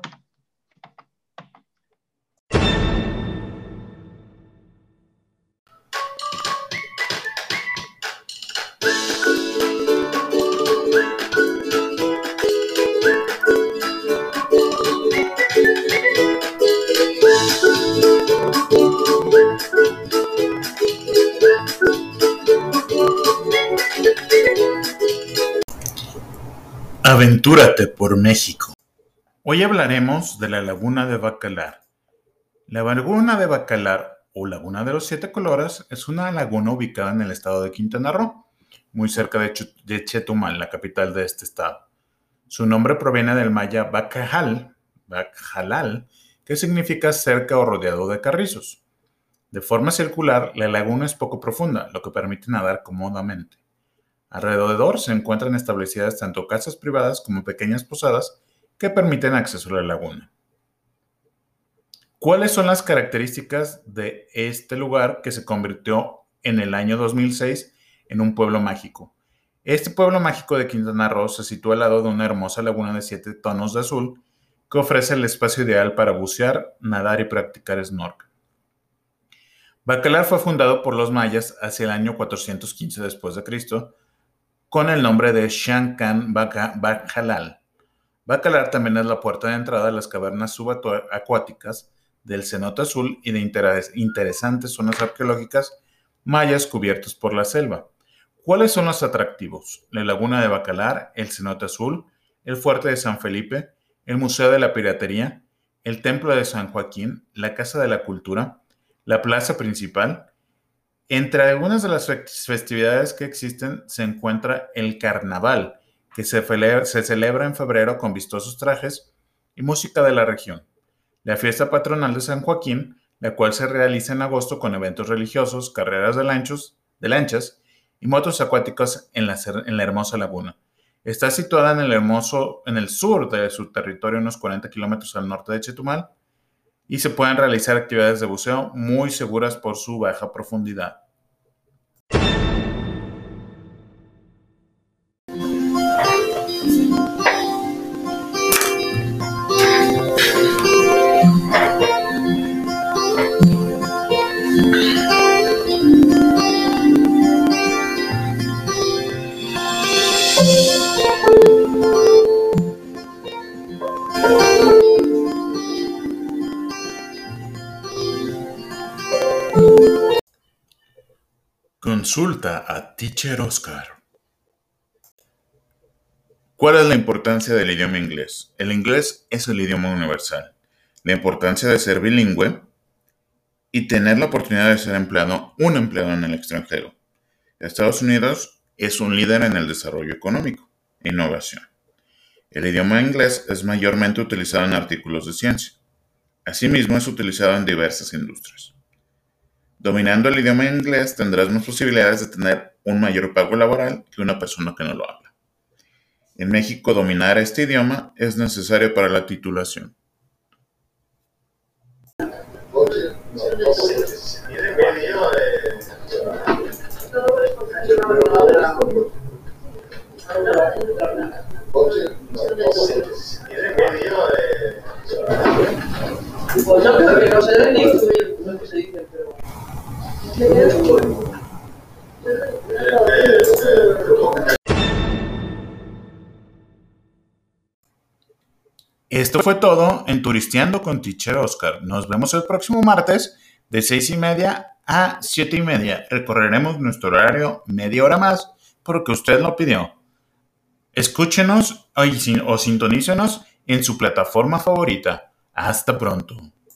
Aventúrate por México. Hoy hablaremos de la Laguna de Bacalar. La Laguna de Bacalar, o Laguna de los Siete Colores, es una laguna ubicada en el estado de Quintana Roo, muy cerca de, Ch de Chetumal, la capital de este estado. Su nombre proviene del maya Bacajal, Bajalal, que significa cerca o rodeado de carrizos. De forma circular, la laguna es poco profunda, lo que permite nadar cómodamente. Alrededor se encuentran establecidas tanto casas privadas como pequeñas posadas que permiten acceso a la laguna. ¿Cuáles son las características de este lugar que se convirtió en el año dos mil seis en un pueblo mágico? Este pueblo mágico de Quintana Roo se sitúa al lado de una hermosa laguna de siete tonos de azul que ofrece el espacio ideal para bucear, nadar y practicar snorkel. Bacalar fue fundado por los mayas hacia el año cuatrocientos quince después de Cristo con el nombre de Xancan Bajalal. Bacalar también es la puerta de entrada a las cavernas subacuáticas del cenote azul y de interes interesantes zonas arqueológicas mayas cubiertas por la selva. ¿Cuáles son los atractivos? La laguna de Bacalar, el cenote azul, el fuerte de San Felipe, el Museo de la Piratería, el Templo de San Joaquín, la Casa de la Cultura, la plaza principal. Entre algunas de las festividades que existen se encuentra el Carnaval, que se, se celebra en febrero con vistosos trajes y música de la región. La fiesta patronal de San Joaquín, la cual se realiza en agosto con eventos religiosos, carreras de, lanchos, de lanchas y motos acuáticas en la, en la hermosa laguna. Está situada en el, hermoso, en el sur de su territorio, unos cuarenta kilómetros al norte de Chetumal, y se pueden realizar actividades de buceo muy seguras por su baja profundidad. Consulta a Teacher Oscar. ¿Cuál es la importancia del idioma inglés? El inglés es el idioma universal. La importancia de ser bilingüe y tener la oportunidad de ser empleado, un empleado en el extranjero. Estados Unidos es un líder en el desarrollo económico e innovación. El idioma inglés es mayormente utilizado en artículos de ciencia. Asimismo, es utilizado en diversas industrias. Dominando el idioma inglés tendrás más posibilidades de tener un mayor pago laboral que una persona que no lo habla. En México, dominar este idioma es necesario para la titulación. Pues yo creo que no se debe ni incluir lo que se dice, pero... Esto fue todo en Turisteando con Teacher Oscar. Nos vemos el próximo martes de seis y media a siete y media. Recorreremos nuestro horario media hora más porque usted lo pidió. Escúchenos o, o sintonícenos en su plataforma favorita. Hasta pronto.